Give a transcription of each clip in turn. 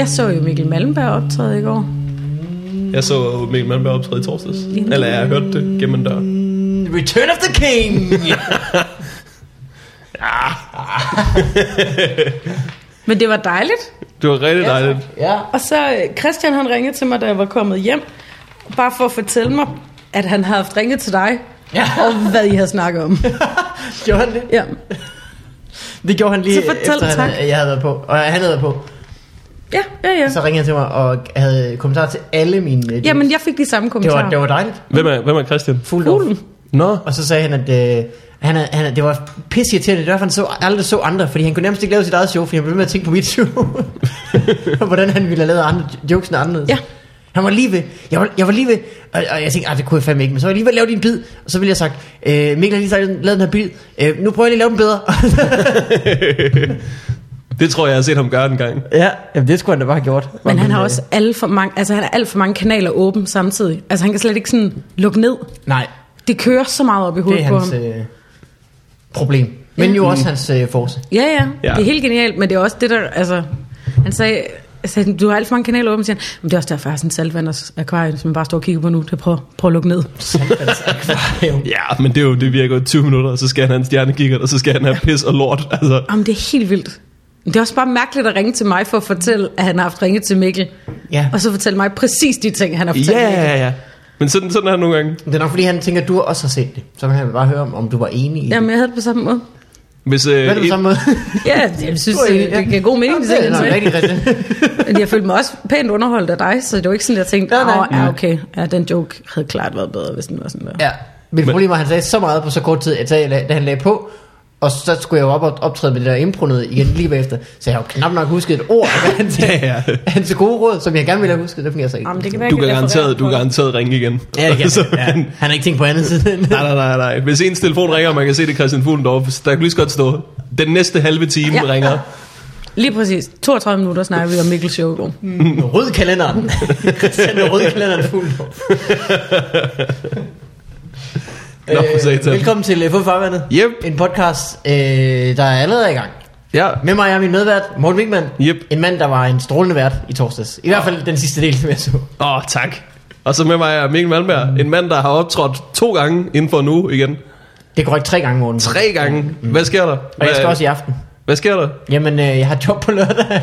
Jeg så jo Mikkel Malmberg optræde i går. Jeg så Mikkel Malmberg optræde i torsdags. Eller jeg har hørt det gennem en dør. Return of the King. Men det var dejligt. Det var rigtig dejligt. Ja. Og så Christian, han ringede til mig, da jeg var kommet hjem. Bare for at fortælle mig, at han havde haft ringet til dig. Ja. Og hvad I havde snakket om. Gjorde han det? Ja. Det gjorde han lige Så fortæl, efter jeg havde været på. Og han havde været på. Ja. Så ringede han til mig og havde kommentarer til alle mine... Jamen, jeg fik de samme kommentarer. Det var dejligt. Hvem er Christian? Fuglen. Nå. Og så sagde han, at det var pisseirriterende. Det var derfor, han aldrig så andre. Fordi han kunne nærmest ikke lave sit eget show. Fordi han blev med at tænke på mit show. Og hvordan han ville have lavet andre jokes end anderledes. Ja. Han var lige ved. Jeg var lige ved. Og jeg tænkte, det kunne jeg fandme ikke. Men så var jeg lige ved at lave din bid. Og så ville jeg sagt, Mikkel har lige lavet den her bid. Nu prøver jeg lige at lave den bedre. Det tror jeg har set ham gøre en gang. Ja, jamen det skulle han da bare have gjort. Men han har også alt for mange kanaler åbne samtidig. Altså han kan slet ikke sådan lukke ned. Nej. Det kører så meget op i hovedet på ham. Det er hans problem. Men jo også hans force. Ja. Det er helt genialt. Men det er også det der, altså... Han sagde, du har alt for mange kanaler åbne, siger han. Men det er også derfor, jeg har sådan en saltvandsakvarium, som jeg bare står og kigger på nu. Det prøv at lukke ned. Saltvandsakvarium. Ja, men det virker 20 minutter, og så skal han have en stjernekikkert, og så skal han have pis og lort. Altså. Jamen, det er helt vildt. Det er også bare mærkeligt at ringe til mig for at fortælle, at han har haft ringet til Mikkel. Ja. Og så fortælle mig præcis de ting, han har fortalt Mikkel. Ja. Men sådan er han nogle gange. Det er nok fordi han tænker, at du også har set det. Så kan han bare høre om du var enig i Jamen, jeg havde det på samme måde. Hvis, Hvad er det på samme måde? Ja, jeg synes, det giver god mening. Det er rigtig rigtigt. Men jeg følte mig også pænt underholdt af dig, så det var ikke sådan, jeg tænkte, okay, den joke havde klart været bedre, hvis den var sådan der. Ja, men problemet var, at han sagde så meget på så kort tid, at da han lagde på, og så skulle jeg jo op og optræde med det der impro-noget igen lige bagefter, så jeg har jo knap nok husket et ord af hans gode råd, som jeg gerne ville have husket. Det fik jeg så ikke. Jamen, det kan være, du kan garanteret ringe igen. Ja, det kan han har ikke tænkt på andet siden. Nej. Hvis ens telefon ringer, og man kan se det Christian Fuglendorf, der kan lige så godt stå, den næste halve time ringer. Lige præcis. 32 minutter snakker vi om Mikkels show i går. Rød kalenderen. Christian med rød kalenderen Fuglendorf. Velkommen til Fod Farvandet. Yep. En podcast, der er allerede i gang. Ja. Med mig er min medvært, Morten Wigman. Yep. En mand, der var en strålende vært i torsdags. I hvert fald den sidste del, som jeg så. Tak. Og så med mig er Mikkel Malmberg. En mand, der har optrådt 2 gange inden for nu igen. Det går ikke 3 gange, Morten. 3 gange? Hvad sker der? Og jeg skal også i aften. Hvad sker der? Jamen, jeg har job på lørdag.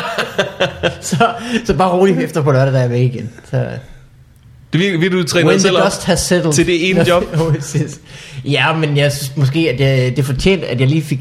så bare roligt efter på lørdag, der er jeg væk igen. Så... Vil du træne dig selv op til det ene job? Ja, men jeg synes måske, at det er fortjent, at jeg lige fik,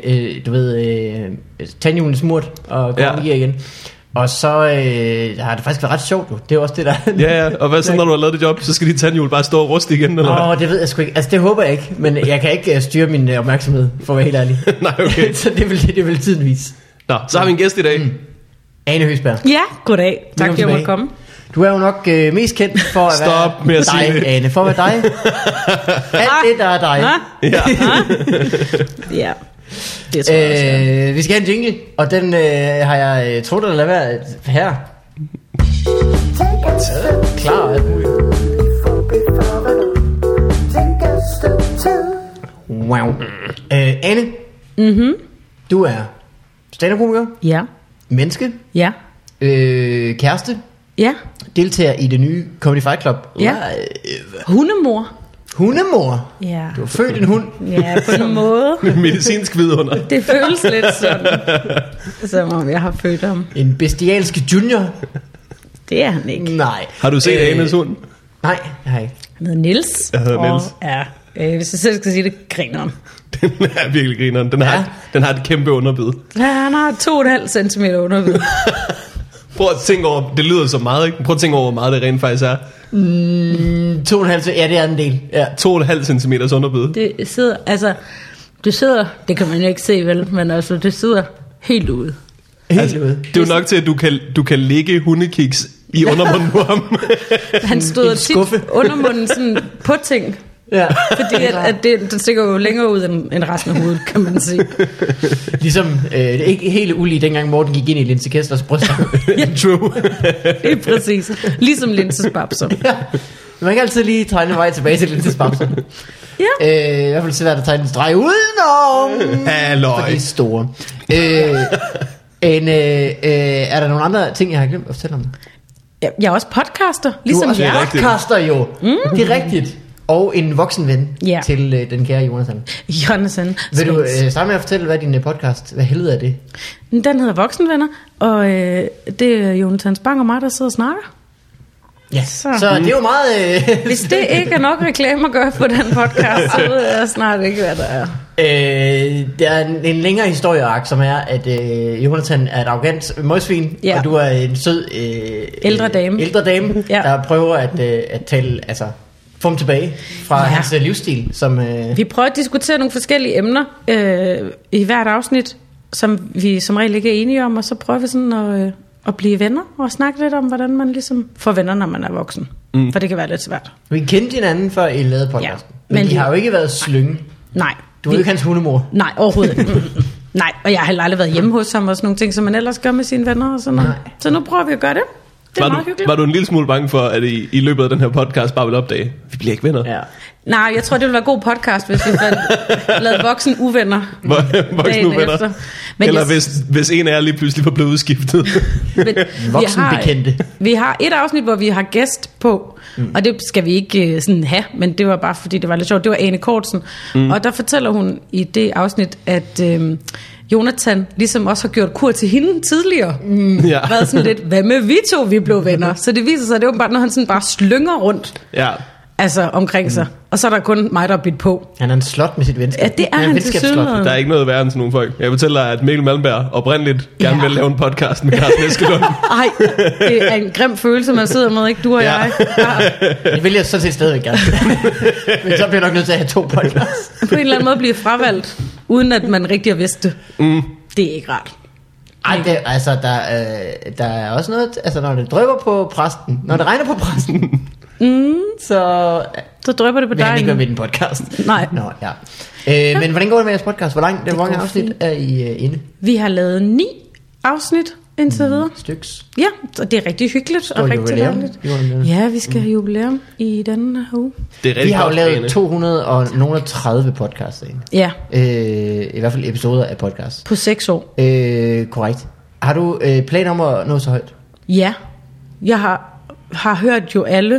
tandhjulen smurt og gå lige igen. Og så har det faktisk været ret sjovt jo. Det er også det der. Ja, og hvad så når du har lavet det job? Så skal de tandhjul bare stå og ruste igen, eller det ved jeg sgu ikke. Altså det håber jeg ikke. Men jeg kan ikke styre min opmærksomhed, for at være helt ærlig. Nej, okay. Så det vil tiden vise. Nå, så har vi en gæst i dag. Ane Høsberg. Ja, goddag. Tak fordi jeg måtte komme. Du er jo nok mest kendt for at være dig, Ane. For at være dig. Alt det, der er dig. Ja. Det tror jeg også. Vi skal have en jingle, og den har jeg troet at lade være her. Klar og alt muligt. Wow. Ane, du er stand-up-komiker. Ja. Menneske. Ja. Kæreste. Ja. Deltager i det nye Comedy Fight Club. Ja. Hundemor. Hundemor? Ja. Du har født en hund. Ja, på en måde. Medicinsk vidunder. Det føles lidt sådan, som om jeg har født ham. En bestialsk junior. Det er han ikke. Nej. Har du set Anes hund? Nej, jeg har ikke. Han hedder Niels. Jeg hedder Niels. Hvis jeg selv skal sige det, griner han. Den er virkelig grineren. Den har et kæmpe underbid. Ja, han har 2,5 centimeter underbid. Prøv at tænke over, det lyder så meget, ikke? Prøv at tænke over, hvor meget det rent faktisk er. 2,5, ja, det er en del. Ja. 2,5 centimeters underbid. Det sidder, det kan man jo ikke se vel, men altså, det sidder helt ude. Helt ude. Det er jo nok til, at du kan ligge hundekiks i undermunden på ham. Han stod tit undermunden sådan på ting. Ja. Fordi at den stikker jo længere ud end resten af hovedet, kan man sige. Ligesom, ikke helt ulige dengang Morten gik ind i Linse Kessler's bryst. Ja, true. Det er præcis. Ligesom Linses babser. Ja. Man kan altid lige tegne vej tilbage til Linses babser. Ja. I hvert fald svært at tegne en streg udenom. Halløj. For de store. Er der nogle andre ting, jeg har glemt at fortælle om? Jeg er også podcaster, Du ligesom er også jer. podcaster jo. Det er rigtigt. Og en voksen ven til den kære Jonathan. Jonathan. Vil du starte med at fortælle, hvad din podcast, hvad helvede er det? Den hedder Voksenvenner, og det er Jonathan Spang og mig, der sidder og snakker. Ja, så det er jo meget... Hvis det ikke er nok reklame at gøre på den podcast, så ved jeg snart ikke, hvad der er. Der er en længere historieark, som er, at Jonathan er et arrogant møgsvin, og du er en sød ældre dame, der prøver at tale, altså få ham tilbage fra hans livsstil. Som, Vi prøver at diskutere nogle forskellige emner i hvert afsnit, som vi som regel ikke er enige om, og så prøver vi sådan at blive venner og snakke lidt om, hvordan man ligesom får venner, når man er voksen. For det kan være lidt svært. Vi kendte hinanden, før I lavede podcasten. Men I har jo ikke været slynge. Nej. Du er jo ikke hans hundemor. Nej, overhovedet ikke. Nej, og jeg har heller aldrig været hjemme hos ham og sådan nogle ting, som man ellers gør med sine venner og sådan noget. Så nu prøver vi at gøre det. Det er meget hyggeligt. Var du en lille smule bange for, at I løbet af den her podcast bare vil opdage, vi bliver ikke venner? Ja. Nej, jeg tror, det ville være god podcast, hvis vi lavede voksen uvenner. Voksen uvenner. Eller hvis en af jer lige pludselig var blevet udskiftet. Voksen bekendte. Vi har et afsnit, hvor vi har gæst på, og det skal vi ikke sådan have, men det var bare fordi, det var lidt sjovt. Det var Ane Kortsen, og der fortæller hun i det afsnit, at Jonathan ligesom også har gjort kur til hende tidligere. Været sådan lidt, hvad med vi to, vi blev venner? Så det viser sig, at det er åbenbart, når han sådan bare slynger rundt. Ja. Altså omkring sig. Og så er der kun mig, der er bidt på. Han er en slot med sit venskab. Ja, det er han til Der er ikke noget værre end sådan nogle folk. Jeg fortæller dig, at Mikkel Malmberg oprindeligt gerne vil lave en podcast med Carsten Eskelund. Ej, det er en grim følelse, man sidder med, ikke? Du og jeg. Det vil jeg sådan set stadigvæk gerne. Men så bliver jeg nok nødt til at have 2 podcasts. På en eller anden måde blive fravalgt, uden at man rigtig har vidst det. Det er ikke rart. Ej, altså, der er også noget, altså når det drypper på præsten, når det regner på præsten, så drypper det på dig. vil han ikke være med den podcast. Nej. Nå, ja. Men hvordan går det med jeres podcast? Hvor mange afsnit er I inde? Vi har lavet 9 afsnit indtil videre. Styks. Ja, så det er rigtig hyggeligt og rigtig dejligt. Ja, vi skal have jubilæum i denne uge. Det er rigtig vi har jo lavet 230 podcasts inde. Ja. I hvert fald episoder af podcast. På 6 år. Korrekt. Har du planer om at nå så højt? Ja. Jeg har hørt jo alle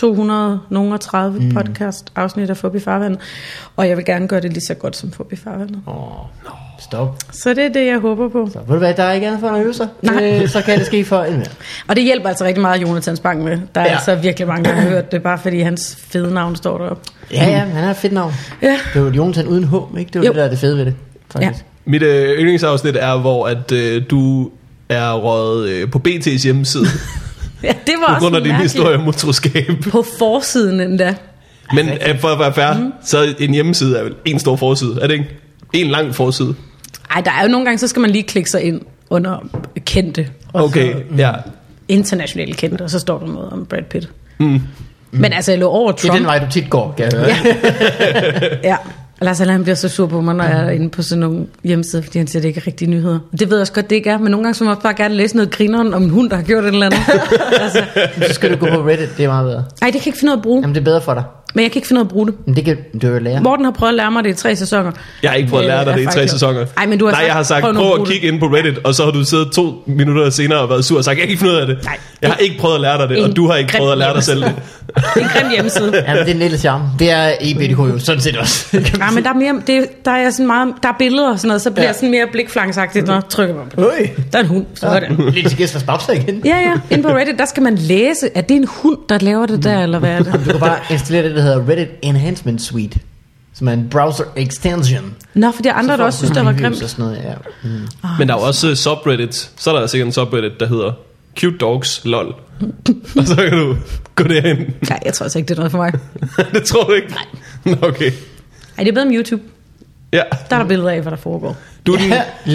230 podcast afsnit af Fubi Farvandet, og jeg vil gerne gøre det lige så godt som Fubi Farvandet. Stop. Så det er det, jeg håber på. Så ved du hvad, der er ikke andet for at øve sig. Nej. Så kan det ske for en mere. Og det hjælper altså rigtig meget Jonathan Spang med. Der er altså virkelig mange, der har hørt det, bare fordi hans fede navn står deroppe. Ja, han har et fedt navn. Ja. Det er jo Jonathan uden H, ikke? Det er jo det, der er det fede ved det, faktisk. Ja. Mit yndlingsafsnit er, hvor at du er røget på BT's hjemmeside. Ja, det var på grund af din historie om utroskab. På forsiden endda. Men for at være fair, så en hjemmeside er vel en stor forside, er det ikke? En lang forside. Ej, der er jo nogle gange, så skal man lige klikke sig ind under kendte. Okay, ja. Internationale kendte, og så står der noget om Brad Pitt. Men altså, jeg lå over Trump. Det er den vej, du tit går, kan jeg høre. Ja. Lars Allan bliver så sur på mig, når jeg er inde på sådan nogle hjemmesider, fordi han siger, det ikke er rigtige nyheder. Det ved jeg også godt, det ikke er, men nogle gange så må jeg bare gerne læse noget grineren om en hund, der har gjort et eller andet. Altså. Så skal du gå på Reddit, det er meget bedre. Nej, det kan jeg ikke finde ud af at bruge. Jamen, det er bedre for dig. Men jeg kan ikke finde ud af at bruge det. Men det kan du jo lære. Morten har prøvet at lære mig det i 3 sæsoner. Jeg har ikke prøvet at lære dig det i 3 sæsoner. Ej, men du har jeg har sagt, prøv at kigge ind på Reddit, og så har du siddet 2 minutter senere og været sur og sagt, jeg kan ikke finde ud af det. Nej, jeg har ikke prøvet at lære dig det, og du har ikke prøvet at lære dig selv det. Det er en grim hjemmeside. Ja, men det er en lille charme. Det er EBDK jo sådan set også. Nej, men der er mere, der er sådan meget, der er billeder og sådan noget, så bliver sådan mere blikflangsagtigt, når jeg trykker mig på. Der er en hund, så er det. Lidt til gæst for spabser igen. Ja, inde på Reddit, der skal man læse, at det er en hund, der laver det der, eller hvad er det? Du kan bare installere det, der hedder Reddit Enhancement Suite, som er en browser extension. Nå, for de andre, der også synes, det var grimt. Sådan noget, ja. Men der er jo også subreddit. Så er der sikkert en subreddit, der hedder Cute Dogs LOL. Og så kan du gå derind. Nej, jeg tror altså ikke, det er noget for mig. Det tror du ikke? Nej. Nå, okay. Ej, det er bedre med YouTube. Ja. Der er der billeder af, hvad der foregår. Du er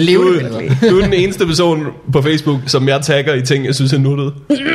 den eneste person på Facebook, som jeg tagger i ting, jeg synes er nuttet.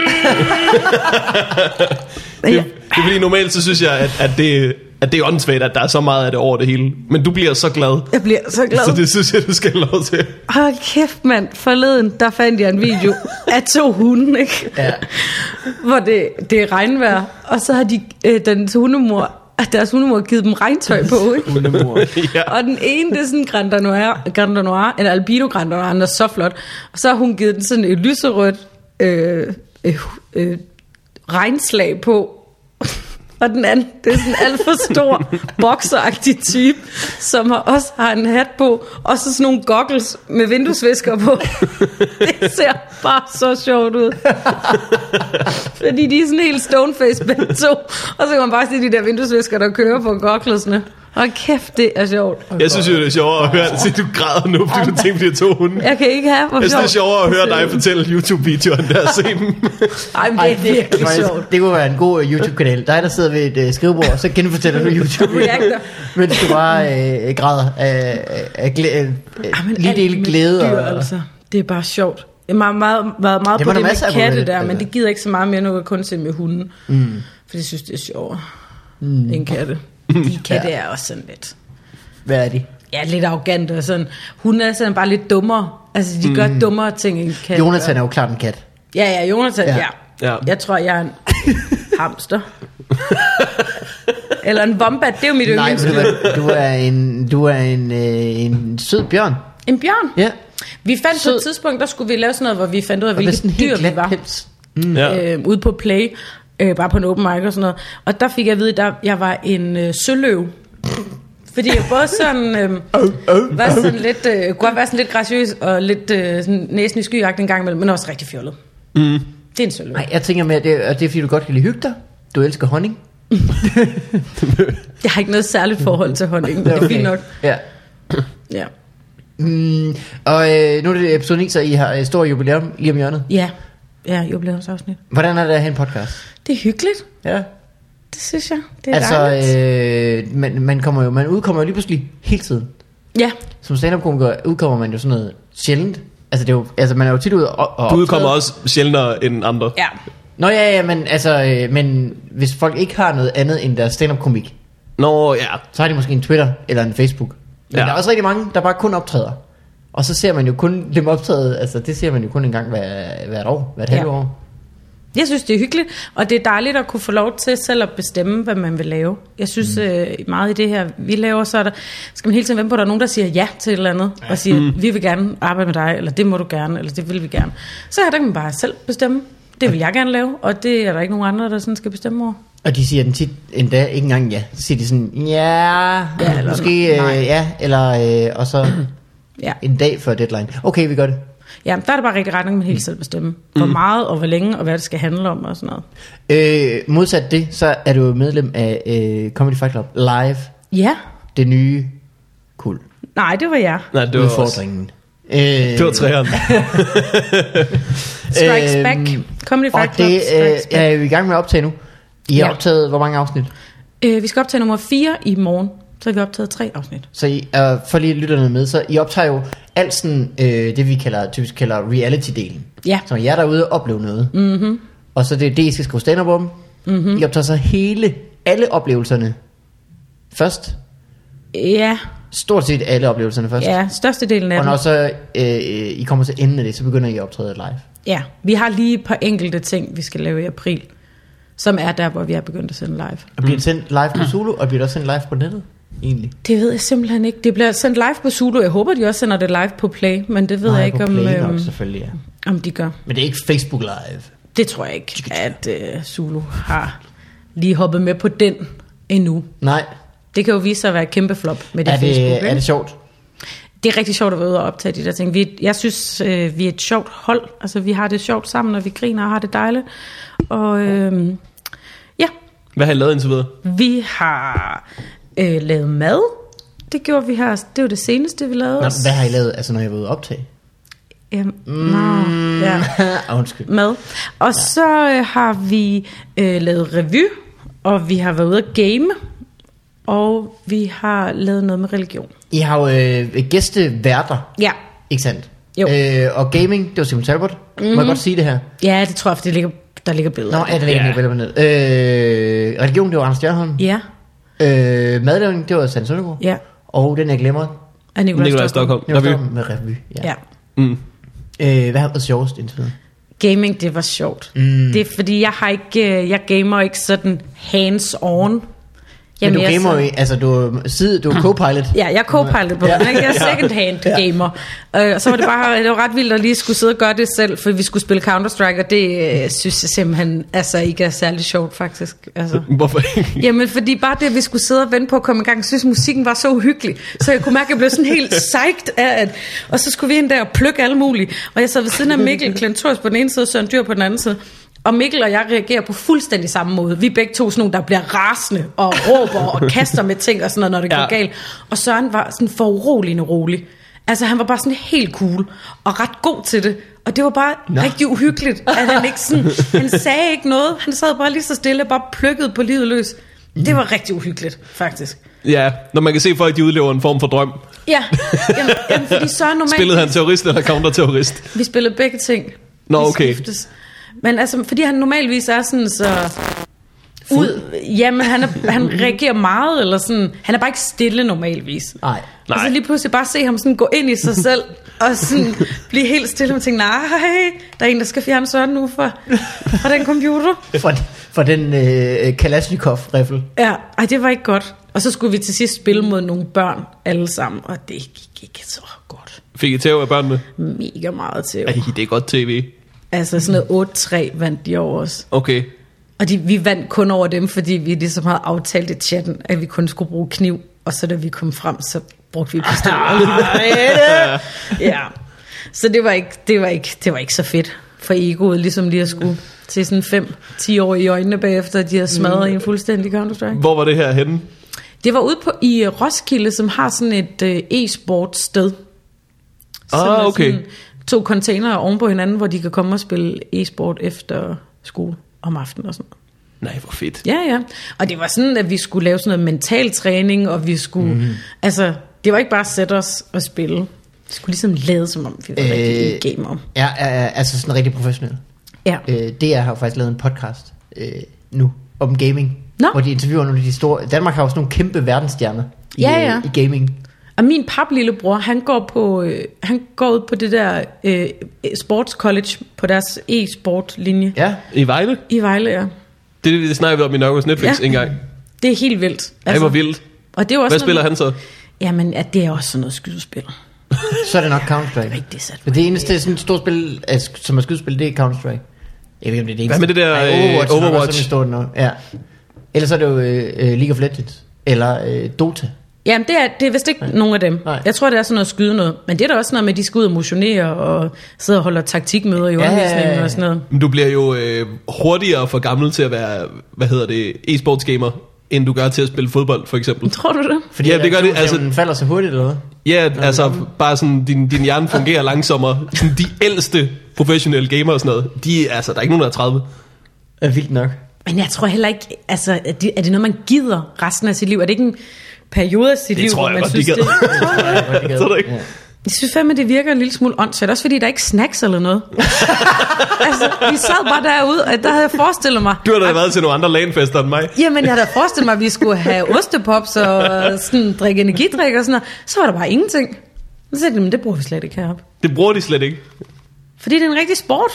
Det er fordi normalt så synes jeg, at det er åndssvagt, at der er så meget af det over det hele. Men du bliver så glad. Jeg bliver så glad. Så det synes jeg, du skal have lov til. Hold kæft, mand. Forleden, der fandt jeg en video af 2 hunde, ikke? Ja. Hvor det er regnvejr. Og så har de, den hundemor at deres hundemor har givet dem regntøj på, ikke? Ja. Og den ene, det er sådan Grand Noir, eller Albino Grand Noir, den er så flot. Og så har hun givet den sådan et lyserødt regnslag på. Og den anden, det er sådan en alt for stor bokseragtig type, som også har en hat på, og så sådan nogle goggles med vinduesvisker på. Det ser bare så sjovt ud. Fordi de er sådan helt stoneface begge to, og så kan man bare se de der vinduesvisker, der kører på gogglesene. Og kæft, det er sjovt. Jeg synes jo, det er sjovere at høre, at du græder nu, fordi du tænker på de 2 hunde. Jeg kan ikke have, hvor jeg synes, det er sjovt. sjovere at høre dig fortælle YouTube-videoer, end der at se dem. Ej, men det er virkelig sjovt. Det kunne være en god YouTube-kanal. Dig, der sidder ved et skrivebord, og så genfortæller du YouTube. Mens du bare græder af lige del glæde. Dyr, altså. Det er bare sjovt. Jeg har meget på det med katte der, men det gider ikke så meget mere, nu jeg kun se med hunden. For det synes, det er sjovere end katte. De katte er også sådan lidt... Hvad er de? Ja, lidt arrogant og sådan. Hun er sådan bare lidt dummere. Altså, de gør dummere ting end katte. Jonathan er jo klart en kat. Ja, Jonathan, Ja. Jeg tror, jeg er en hamster. Eller en wombat, det er jo mit yndlingsdyr. Du er en sød bjørn. En bjørn? Ja. Vi fandt på et tidspunkt, der skulle vi lave sådan noget, hvor vi fandt ud af, hvilke dyr vi var. Ude på Play. Bare på en open mic og sådan noget. Og der fik jeg at vide, at jeg var en søløv. Fordi jeg både sådan, var sådan lidt, kunne være sådan lidt graciøs og lidt sådan næsen i skyagtigt en gang imellem, men også rigtig fjollet. Det er en søløv. Nej, jeg tænker med, at det er fordi, du godt kan lide hygge dig. Du elsker honning. Jeg har ikke noget særligt forhold til honning. Det er fint nok. Ja. Og nu er det episode 9, så I har et stort jubilæum lige om hjørnet. Ja, jubilæumsafsnit. Hvordan er det at have en podcast? Det er hyggeligt. Ja. Det synes jeg. Det er dejligt. Man udkommer jo lige pludselig hele tiden. Ja. Som stand-up-komiker udkommer man jo sådan noget sjældent. Altså, det er jo, man er jo tit ude og du udkommer også sjældnere end andre. Ja. Nå ja, men hvis folk ikke har noget andet end deres stand-up-komik, så har de måske en Twitter eller en Facebook. Men der er også rigtig mange, der bare kun optræder. Og så ser man jo kun dem optræde, altså det ser man jo kun en gang hvert år, hvert halve år. Jeg synes, det er hyggeligt, og det er dejligt at kunne få lov til selv at bestemme, hvad man vil lave. Jeg synes meget i det her, vi laver, så der, skal man hele tiden vente på, at der er nogen, der siger ja til et eller andet, og siger, vi vil gerne arbejde med dig, eller det må du gerne, eller det vil vi gerne. Så her, der kan man bare selv bestemme. Det vil jeg gerne lave, og det er der ikke nogen andre, der sådan skal bestemme over. Og de siger den tit endda ikke engang ja. Så siger de sådan, eller måske ja, eller og så en dag før deadline. Okay, vi gør det. Ja, der er det bare rigtig retning, man helt selv bestemme. Hvor meget og hvor længe og hvad det skal handle om og sådan noget. Modsat det, så er du medlem af Comedy Fight Club Live. Ja. Det nye kul. Nej, det var jeg. Nej, det var udfordringen. Det var træerne. Strikes Back. Comedy Fight Club. Og det er jo i gang med at optage nu. I har optaget hvor mange afsnit? Vi skal optage nummer 4 i morgen. Så har vi optaget 3 afsnit. Så I, for lige lytterne med, så I optager jo alt sådan, det vi typisk kalder reality-delen. Ja. Så I er derude og oplever noget. Mm-hmm. Og så det er det, I skal skrive stand-up om. Mm-hmm. I optager så alle oplevelserne først. Ja. Stort set alle oplevelserne først. Ja, størstedelen af dem. Og når så I kommer til enden af det, så begynder I at optræde live. Ja, vi har lige et par enkelte ting, vi skal lave i april, som er der, hvor vi er begyndt at sende live. Og bliver det sendt live på Zulu, og bliver det også sendt live på nettet? Egentlig? Det ved jeg simpelthen ikke. Det bliver sendt live på Zulu. Jeg håber, de også sender det live på Play, men det ved jeg ikke, nok, selvfølgelig, ja. Om de gør. Men det er ikke Facebook Live? Det tror jeg ikke, at Zulu har lige hoppet med på den endnu. Nej. Det kan jo vise sig at være et kæmpe flop med det Facebook. Ikke? Er det sjovt? Det er rigtig sjovt at være ude og optage de der ting. Jeg synes, vi er et sjovt hold. Altså, vi har det sjovt sammen, og vi griner og har det dejligt. Og ja. Hvad har I lavet indtil videre? Vi har lavet mad. Det gjorde vi her. Det var det seneste, vi lavede. Nå, hvad har I lavet, altså når jeg var ude at optage? Undskyld. Mad. Og så har vi lavet revy, og vi har været ude at game, og vi har lavet noget med religion. I har jo gæsteværter. Ja. Ikke sandt? Jo. Og gaming, det var Simon Talbot. Må jeg godt sige det her? Ja, det tror jeg, for der ligger billeder. Nå, ja, der ligger billeder ned. Religion, det var Anders Stjernholm. Ja. Madlavning, det var Sand Søndergaard. Ja. Og den jeg glemmer. Nikolaj Stockholm. Med revy. Ja. Hvad har været sjovest indtil videre? Gaming, det var sjovt. Det er fordi, jeg gamer ikke sådan hands-on. Men du gamer jo, altså du er co-pilot. Ja, jeg er co-pilot på den, ikke? Jeg er second-hand gamer. Og så var det var ret vildt at lige skulle sidde og gøre det selv, for vi skulle spille Counter-Strike, og det synes jeg simpelthen ikke er særlig sjovt, faktisk. Altså. Hvorfor ikke? Jamen, fordi bare det, at vi skulle sidde og vente på at komme i gang, synes musikken var så uhyggelig, så jeg kunne mærke, at jeg blev sådan helt psyched af, at... Og så skulle vi ind der og plukke alle mulige. Og jeg sad ved siden af Mikkel Klentorius på den ene side, og Søren Dyr på den anden side. Og Mikkel og jeg reagerer på fuldstændig samme måde. Vi er begge to sådan nogle, der bliver rasende og råber og kaster med ting og sådan noget, når det går galt. Og Søren var sådan foruroligende rolig. Altså han var bare sådan helt cool og ret god til det. Og det var bare rigtig uhyggeligt, at han ikke sådan, han sagde ikke noget. Han sad bare lige så stille og bare plukkede på livet løs. Det var rigtig uhyggeligt, faktisk. Ja, når man kan se folk, de udlever en form for drøm. Ja, jamen fordi Søren normalt... Spillede han terrorist eller counterterrorist? Vi spillede begge ting. Nå, okay. Skiftes. Men altså, fordi han normalvis er sådan så... Jamen, han reagerer meget, eller sådan... Han er bare ikke stille normalvis. Nej. Og så lige pludselig bare se ham sådan gå ind i sig selv, og sådan blive helt stille og tænke, nej, der er en, der skal fjerne Søren nu fra den computer. For den Kalashnikov-riffel. Ja, det var ikke godt. Og så skulle vi til sidst spille mod nogle børn alle sammen, og det gik ikke så godt. Fik I tæv af børnene? Mega meget tæv. Ej, det er godt tv. Altså sådan noget 8-3 vandt de over os. Okay. Og vi vandt kun over dem, fordi vi ligesom havde aftalt i chatten, at vi kun skulle bruge kniv. Og så da vi kom frem, så brugte vi pistoler. Ja. Så det var ikke så fedt for egoet, ligesom lige at skulle til sådan 5-10 år i øjnene bagefter, at de havde smadret en fuldstændig Counter-Strike. Hvor var det her henne? Det var ude i Roskilde, som har sådan et e-sport sted. Okay. Sådan 2 containere oven på hinanden, hvor de kan komme og spille e-sport efter skole om aftenen og sådan noget. Nej, hvor fedt. Ja. Og det var sådan, at vi skulle lave sådan noget mental træning, og vi skulle... Altså, det var ikke bare at sætte os og spille. Vi skulle ligesom lade, som om vi var rigtig gamer. Ja, altså sådan rigtig professionel. Ja. DR har jo faktisk lavet en podcast nu om gaming. Nå. Hvor de interviewer nogle af de store... Danmark har jo sådan nogle kæmpe verdensstjerner i gaming. Og min paplillebror, han går ud på det der sports college på deres e-sport linje. Ja, i Vejle? I Vejle, ja. Det snakker vi om i Norges Netflix engang. Det er helt vildt. Altså, hvor vildt. Og det er også hvad spiller han så? Jamen, det er også sådan noget skydespil. Så er det nok Counter-Strike. Rigtig sat. Det eneste sådan et stort spil, som er skydespil, det er Counter-Strike. Jeg ved ikke, om det er det eneste. Hvad med det der Overwatch? Ja. Ellers er det jo League of Legends. Eller Dota. Jamen, det er vist ikke nogen af dem. Nej. Jeg tror, det er sådan noget skyde noget. Men det er da også noget med, at de skal ud og motionere og sidde og holde taktikmøder i undervisningen og sådan noget. Men du bliver jo hurtigere for gammel til at være, e-sports gamer, end du gør til at spille fodbold, for eksempel. Tror du det? Fordi det gør det, altså den falder så hurtigt, eller hvad? Ja, altså bare sådan, din hjerne fungerer langsommere. Sådan, de ældste professionelle gamere og sådan noget, der er ikke nogen, der er 30. Er vildt nok. Men jeg tror heller ikke, altså, er det noget, man gider resten af sit liv? Er det ikke en periode af sit liv, hvor man synes, det tror du ikke? Ja. Jeg synes fandme, det virker en lille smule åndssvagt. Også fordi der er ikke snacks eller noget. Altså, vi sad bare derude, og der havde jeg forestillet mig... Du har da været til nogle andre LAN-fester end mig. Jamen, jeg havde forestillet mig, at vi skulle have ostepops og sådan, drikke energidrik og sådan noget. Så var der bare ingenting. Så sagde de, det bruger vi slet ikke heroppe. Det bruger de slet ikke? Fordi det er en rigtig sport.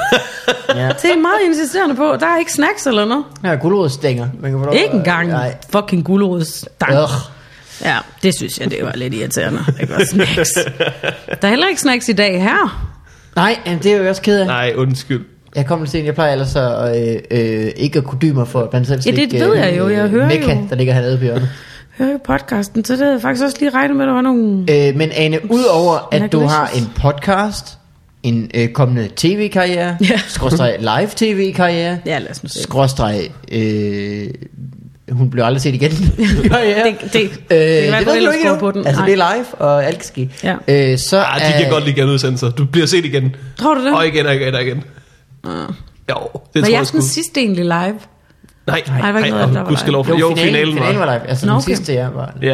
Ja. Det er meget insisterende på. Der er ikke snacks eller noget. Ja, gulerodsstænger. Ikke engang fucking gulerodsstang. Ja, det synes jeg, det var lidt irriterende. Det var snacks. Der er heller ikke snacks i dag her. Nej, det er jo også ked af. Nej, undskyld. Jeg kommer lidt sent. Jeg plejer ellers ikke at kunne dybe mig for blandt selv slik. Ja, det ved jeg jo. Jeg hører Mekka, jo. Der ligger hernede på hjørnet. Jeg hører jo podcasten, så det havde jeg faktisk også lige regnet med, at der var nogle... Men Ane, udover at du har en podcast, en kommende tv-karriere, skråstreg live tv-karriere, ja, lad os nu se. Skråstreg... hun blev aldrig set igen. Det ved du ikke på den. Altså det er live, og alt kan ske. Ja. Så de kan godt lide genudsendelser. Du bliver set igen. Tror du det? Og igen. Jo, det tror jeg sgu. Den sidste egentlig live? Nej, det var ikke noget, der var live. Jo, finalen var live. Altså den sidste, var det.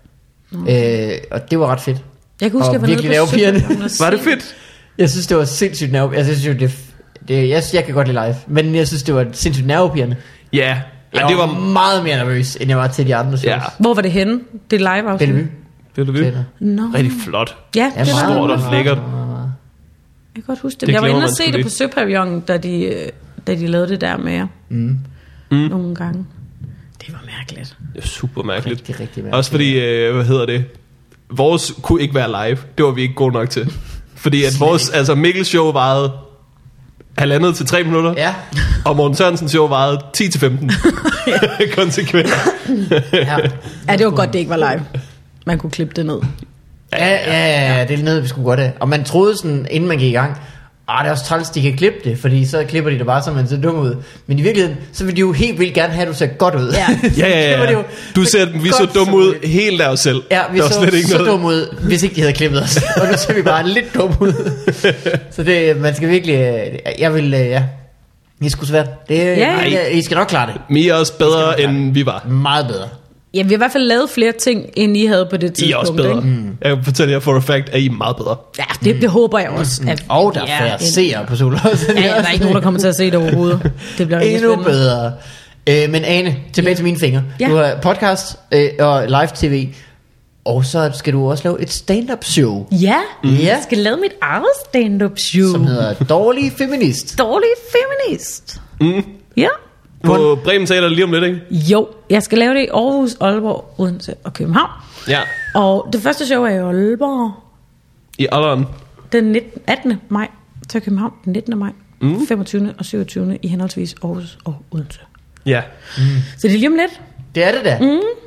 Ja. Og det var ret fedt. Jeg kan huske, at jeg var nede på Søpavillon. Var det fedt? Jeg synes, det var sindssygt nervepirrende. Jeg synes jo, jeg kan godt lide live, men jeg synes, det var sindssygt nervepirrende. Ja. Jeg var meget mere nervøs, end jeg var til de andre shows. Ja. Hvor var det henne? Det er live afsnit? Bellevue. No. Rigtig flot. Ja, det var stort og lækkert. Jeg kan godt huske det. Jeg var inde og se det på Søpavillon, da de lavede det der med jer. Nogle gange. Det var mærkeligt. Det er super mærkeligt. Rigtig mærkeligt. Også fordi, vores kunne ikke være live. Det var vi ikke gode nok til. Fordi at vores, Mikkels show varede 1,5 til 3 minutter. Ja. Og Morten Sørensens show varede 10 til 15. Konsekvent. Ja, det var godt, det ikke var live. Man kunne klippe det ned. Ja, det er noget, vi skulle godt have. Og man troede sådan, inden man gik i gang, det er også træls, de kan klippe det, fordi så klipper de det bare, så man ser dum ud. Men i virkeligheden, så vil de jo helt vildt gerne have, at du ser godt ud. Ja. Vi så dumme ud helt af os selv. Ja, vi så slet ikke så dumme ud, hvis ikke de havde klippet os. Og nu ser vi bare lidt dumme ud. Så det, man skal virkelig, det er sgu svært. I skal nok klare det. Vi er også bedre, end vi var. Meget bedre. Ja, vi har i hvert fald lavet flere ting, end I havde på det tidspunkt. I er også bedre. Jeg kan fortælle jer for a fact, at I er meget bedre. Ja, det håber jeg også. At, og der er færre seere på Solhøjs. Ja, der er ikke nogen, der kommer til at se det overhovedet. Det bliver rigtig endnu bedre. Men Ane, tilbage til mine fingre. Ja. Du har podcast og live tv. Og så skal du også lave et stand-up show. Ja, jeg skal lave mit eget stand-up show. Som hedder Dårlig Feminist. Dårlig Feminist. Ja. På Bremen Teater lige om lidt, ikke? Jo, jeg skal lave det i Aarhus, Aalborg, Odense og København. Ja. Og det første show er i Aalborg. I Alderen. Den 18. maj til København. Den 19. maj. 25. og 27. i henholdsvis Aarhus og Odense. Ja. Så det er lige om lidt. Det er det da.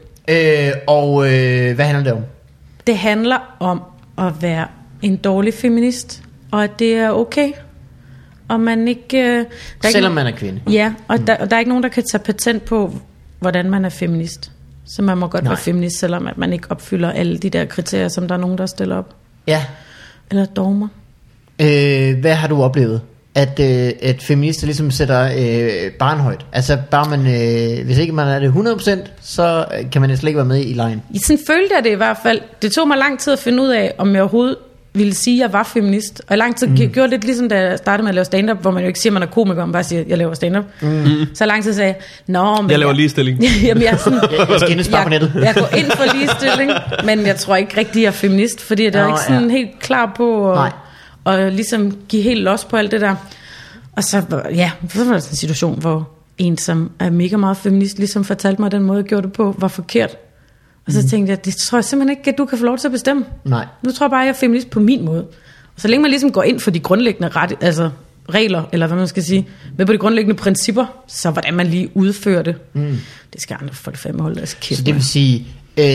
Hvad handler det om? Det handler om at være en dårlig feminist, og at det er okay. Og man ikke... Selvom man er kvinde. Ja, og der er ikke nogen, der kan tage patent på, hvordan man er feminist. Så man må godt være feminist, selvom at man ikke opfylder alle de der kriterier, som der er nogen, der stiller op. Ja. Eller dogmer. Hvad har du oplevet? At feminister ligesom sætter barnhøjt. Altså bare man, hvis ikke man er det 100%, så kan man slet ikke være med i lejen. Sådan følte jeg det i hvert fald. Det tog mig lang tid at finde ud af, om jeg overhovedet ville sige, at jeg var feminist. Og i lang tid gjorde lidt ligesom, da jeg startede med at lave stand-up, hvor man jo ikke siger, at man er komiker, man bare siger, at jeg laver stand-up. Så lang tid sagde jeg, men jeg laver ligestilling. Jamen, jeg skal på nettet. Jeg går ind for ligestilling, men jeg tror ikke rigtig, jeg er feminist, fordi jeg er ikke sådan helt klar på at ligesom give helt los på alt det der. Og så var der en situation, hvor en, som er mega meget feminist, ligesom fortalte mig, at den måde, jeg gjorde det på, var forkert. Og så tænkte jeg, det tror jeg simpelthen ikke, at du kan få lov til at bestemme. Nej. Nu tror jeg bare, at jeg er feminist på min måde. Og så længe man ligesom går ind for de grundlæggende regler, eller hvad man skal sige, med på de grundlæggende principper, så hvordan man lige udfører det, det skal andre folk fandme holde deres kæft. Så det vil sige,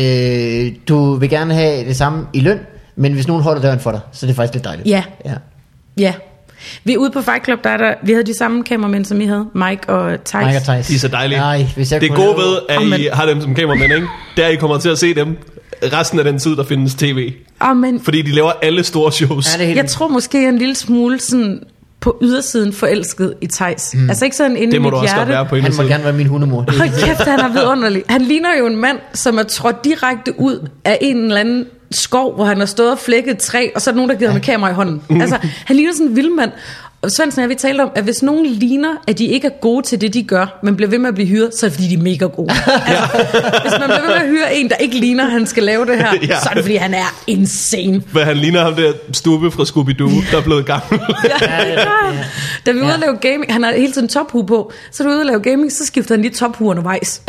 du vil gerne have det samme i løn, men hvis nogen holder døren for dig, så er det faktisk lidt dejligt. Ja. Vi er ude på Fight Club, vi havde de samme kameramænd, som I havde, Mike og Thijs. De er så dejlige. Nej, det er gode ved, at I har dem som kameramænd, ikke? Der I kommer til at se dem resten af den tid, der findes tv. Fordi de laver alle store shows. Jeg tror måske en lille smule sådan på ydersiden forelsket i Thijs. Altså ikke sådan inde i mit hjerte. Det må du også godt være på indersiden. Han må gerne være min hundemor. Hold kæft, han er vidunderlig. Han ligner jo en mand, som er trådt direkte ud af en eller anden skov, hvor han har stået og flækket et træ, og så er der nogen, der giver ham et kamera i hånden. Altså, han ligner sådan en vild mand. Og Svendsen og vi talte om, at hvis nogen ligner, at de ikke er gode til det, de gør, men bliver ved med at blive hyret, så er det fordi, de er mega gode. Altså, hvis man bliver ved med at hyre en, der ikke ligner, at han skal lave det her, så er det fordi, han er insane. Men han ligner ham der Stubbe fra Scooby-Doo, der er blevet gammel. Da vi var ude at lave gaming, han har hele tiden tophue på, så er vi ude at lave gaming, så skifter han lige tophue undervejs.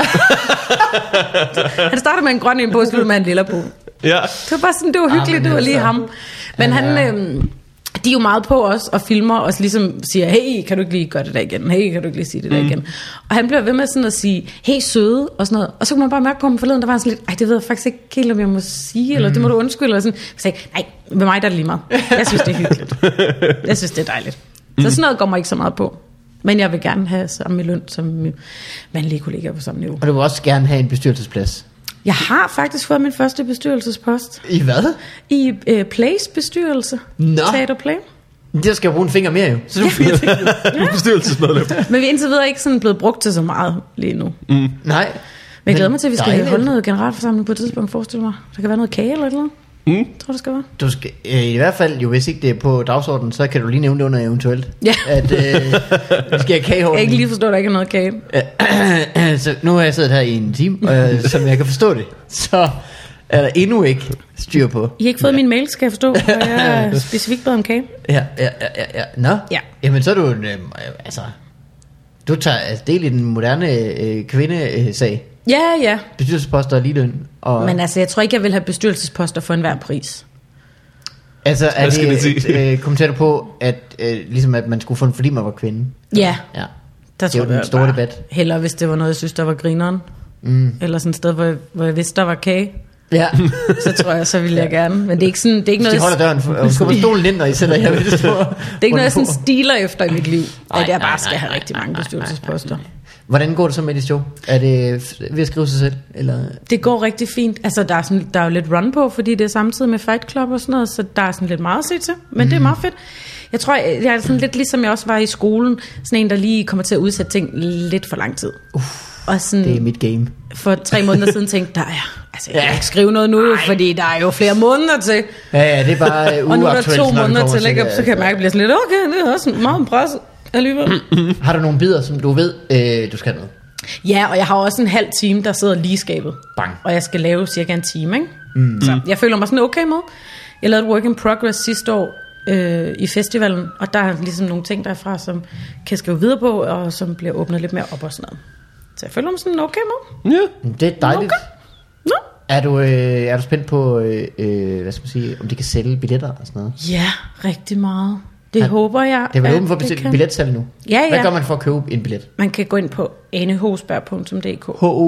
Han starter med en grøn en på, og slutter med en lilla på. Ja. Det var bare sådan, det var hyggeligt, det var lige ham. Men han... de er jo meget på os og filmer og ligesom siger, hey, kan du ikke lige gøre det der igen? Hey, kan du ikke lige sige det der igen? Og han bliver ved med sådan at sige, hey, søde og sådan noget. Og så kunne man bare mærke på ham forleden, der var sådan lidt, det ved jeg faktisk ikke helt, om jeg må sige, eller det må du undskylde. Eller sådan. Så sagde, nej, med mig der er det lige meget. Jeg synes, det er hyggeligt. Jeg synes, det er dejligt. Så sådan noget går mig ikke så meget på. Men jeg vil gerne have samme løn som mandlige kollegaer på samme niveau. Og du vil også gerne have en bestyrelsesplads. Jeg har faktisk fået min første bestyrelsespost. I hvad? I Plays bestyrelse. Teater Play. Det skal jeg bruge en finger mere jo. Så du er bestyrelsesmedlem. Men vi er indtil videre ikke sådan blevet brugt til så meget lige nu. Nej. Men jeg glæder mig til, at vi skal holde noget generalforsamling på et tidspunkt, forestiller mig. Der kan være noget kage eller et eller andet. Tror det skal være. Du skal, i hvert fald jo, hvis ikke det er på dagsordenen, så kan du lige nævne det under eventuelt. Ja. At vi skal have kage. Jeg kan ikke lige forstå, at der ikke er noget kage. Så nu har jeg siddet her i en time, som jeg kan forstå det. Så er der endnu ikke styr på. I har ikke fået min mail, skal jeg forstå, og jeg er specifikt bedre om kage. Ja. Nå? Ja. Jamen så er du du tager del i den moderne kvindesag. Ja. Bestyrelsesposter og ligeløn. Og... Men altså, jeg tror ikke, jeg vil have bestyrelsesposter for enhver pris. Altså, er Hvad skal det sige? kommenterer du på, at ligesom at man skulle få den, fordi man var kvinde? Ja. Ja. Der Det er jo tror jeg den store bare debat. hellere, hvis det var noget, jeg synes, der var grineren. Eller sådan et sted, hvor jeg vidste, der var kage. Ja. Så tror jeg, så ville jeg gerne. Men det er ikke sådan, det er ikke De noget, holder døren og skubber stolen ind, når I sætter jer ved det store. det er ikke noget, jeg sådan stiler efter i mit liv. At jeg bare nej, skal have rigtig mange bestyrelsesposter. Hvordan går det så med dit show? Er det ved at skrive sig selv? Eller? Det går rigtig fint. Altså, der er jo lidt run på, fordi det er samtidig med Fight Club og sådan noget, så der er sådan lidt meget at se til. Men det er meget fedt. Jeg tror, jeg er sådan lidt ligesom jeg også var i skolen. Sådan en, der lige kommer til at udsætte ting lidt for lang tid. Og sådan, Det er mit game. for 3 måneder siden tænkte jeg kan ikke skrive noget nu, fordi der er jo flere måneder til. Ja, det er bare Og nu er der 2 når vi måneder kommer til, ikke? Så kan jeg mærke, at jeg bliver sådan lidt, okay, det er også meget presset alligevel. Har du nogle bidder, som du ved, du skal noget? Ja, og jeg har også en halv time, der sidder lige i skabet. Bang. Og jeg skal lave cirka en time, ikke? Så jeg føler mig sådan okay med. Jeg lavede et work in progress sidste år i festivalen, og der er ligesom nogle ting derfra, som kan skrive videre på, og som bliver åbnet lidt mere op og sådan noget. Så jeg føler mig sådan okay med. Ja. Det er dejligt. Okay. Nå. Er du spændt på, hvad skal man sige, om de kan sælge billetter og sådan noget? Ja, rigtig meget. Det håber jeg. Det er vel at åbent for det kan. billetsalg nu? Ja, ja. Hvad gør man for at købe en billet? Man kan gå ind på anehosberg.dk.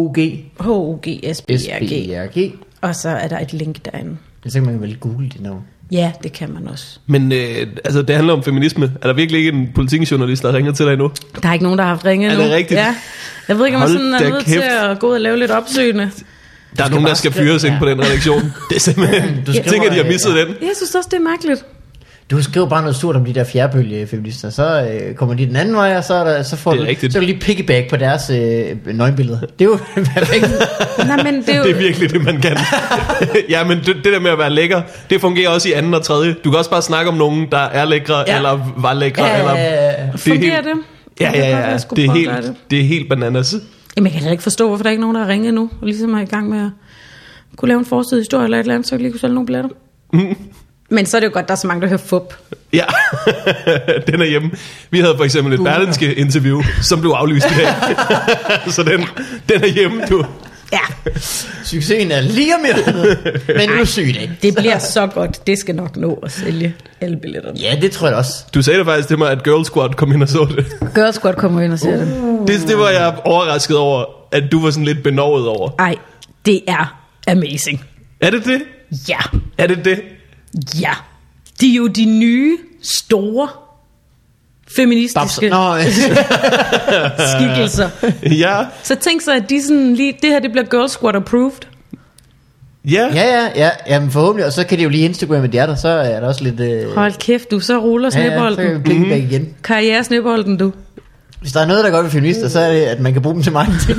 HOGSBRG. SBRG. Og så er der et link derinde. Jeg tænker, man kan vel google dit navn. Ja, det kan man også. Men altså, det handler om feminisme. Er der virkelig ikke en politikjournalist, der har ringet til dig endnu? Der er ikke nogen, der har haft ringet Er nu. det rigtigt? Ja. Jeg ved ikke, om man Hold sådan er da nødt kæft. til at gå ud og lave lidt opsøgende. Der er nogen, der skal fyres ind på den redaktion. Det er simpelthen... Du Jeg tænker, de har misset den. Jeg synes også, det er mærkeligt. Du skriver bare noget surt om de der fjerdebølge-feminister, så kommer de den anden vej, og så får Det er du, rigtigt. så er du lige piggyback på deres nøgenbilleder. Det er jo perfekt. Nej, men det er jo... Det er virkelig det, man kan. Ja, men det der med at være lækker, det fungerer også i anden og tredje. Du kan også bare snakke om nogen, der er lækre, eller var lækre, eller... Fungerer det? Ja. Det er helt bananas. Jamen, jeg kan heller ikke forstå, hvorfor der ikke er nogen, der har ringet nu, og ligesom er i gang med at kunne lave en forsidig historie eller et eller andet, så jeg lige kunne sælge nogle billetter. Men så er det jo godt, der er så mange, der hører fup. Ja, den er hjemme. Vi havde for eksempel et Berlingske interview, som blev aflyst i dag. Så den er hjemme, du. Ja, Succesen er lige om lidt, men nu er syg det. det bliver så godt. Det skal nok nå at sælge alle billetterne. Ja, det tror jeg også. Du sagde det faktisk til mig, at Girl Squad kom ind og så det. Girl Squad kommer ind og ser det. Det var jeg overrasket over, at du var sådan lidt benovet over. Ej, det er amazing. Er det det? Ja, Er det det? ja. De er jo de nye, store, feministiske skikkelser. Ja. Så tænk så, at de sådan lige, det her det bliver Girl Squad approved. Ja. Ja, jamen forhåbentlig, og så kan de jo lige Instagramme de er der, så er der også lidt... Hold kæft, du så ruller så kan snebolden. vi piggyback igen. Karriere snebolden, du. Hvis der er noget, der er godt ved feminister, så er det, at man kan bruge dem til mange ting.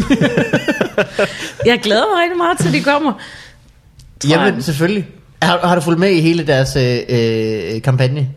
Jeg glæder mig rigtig meget til, de kommer. Jamen, selvfølgelig. Har du fulgt med i hele deres kampagner?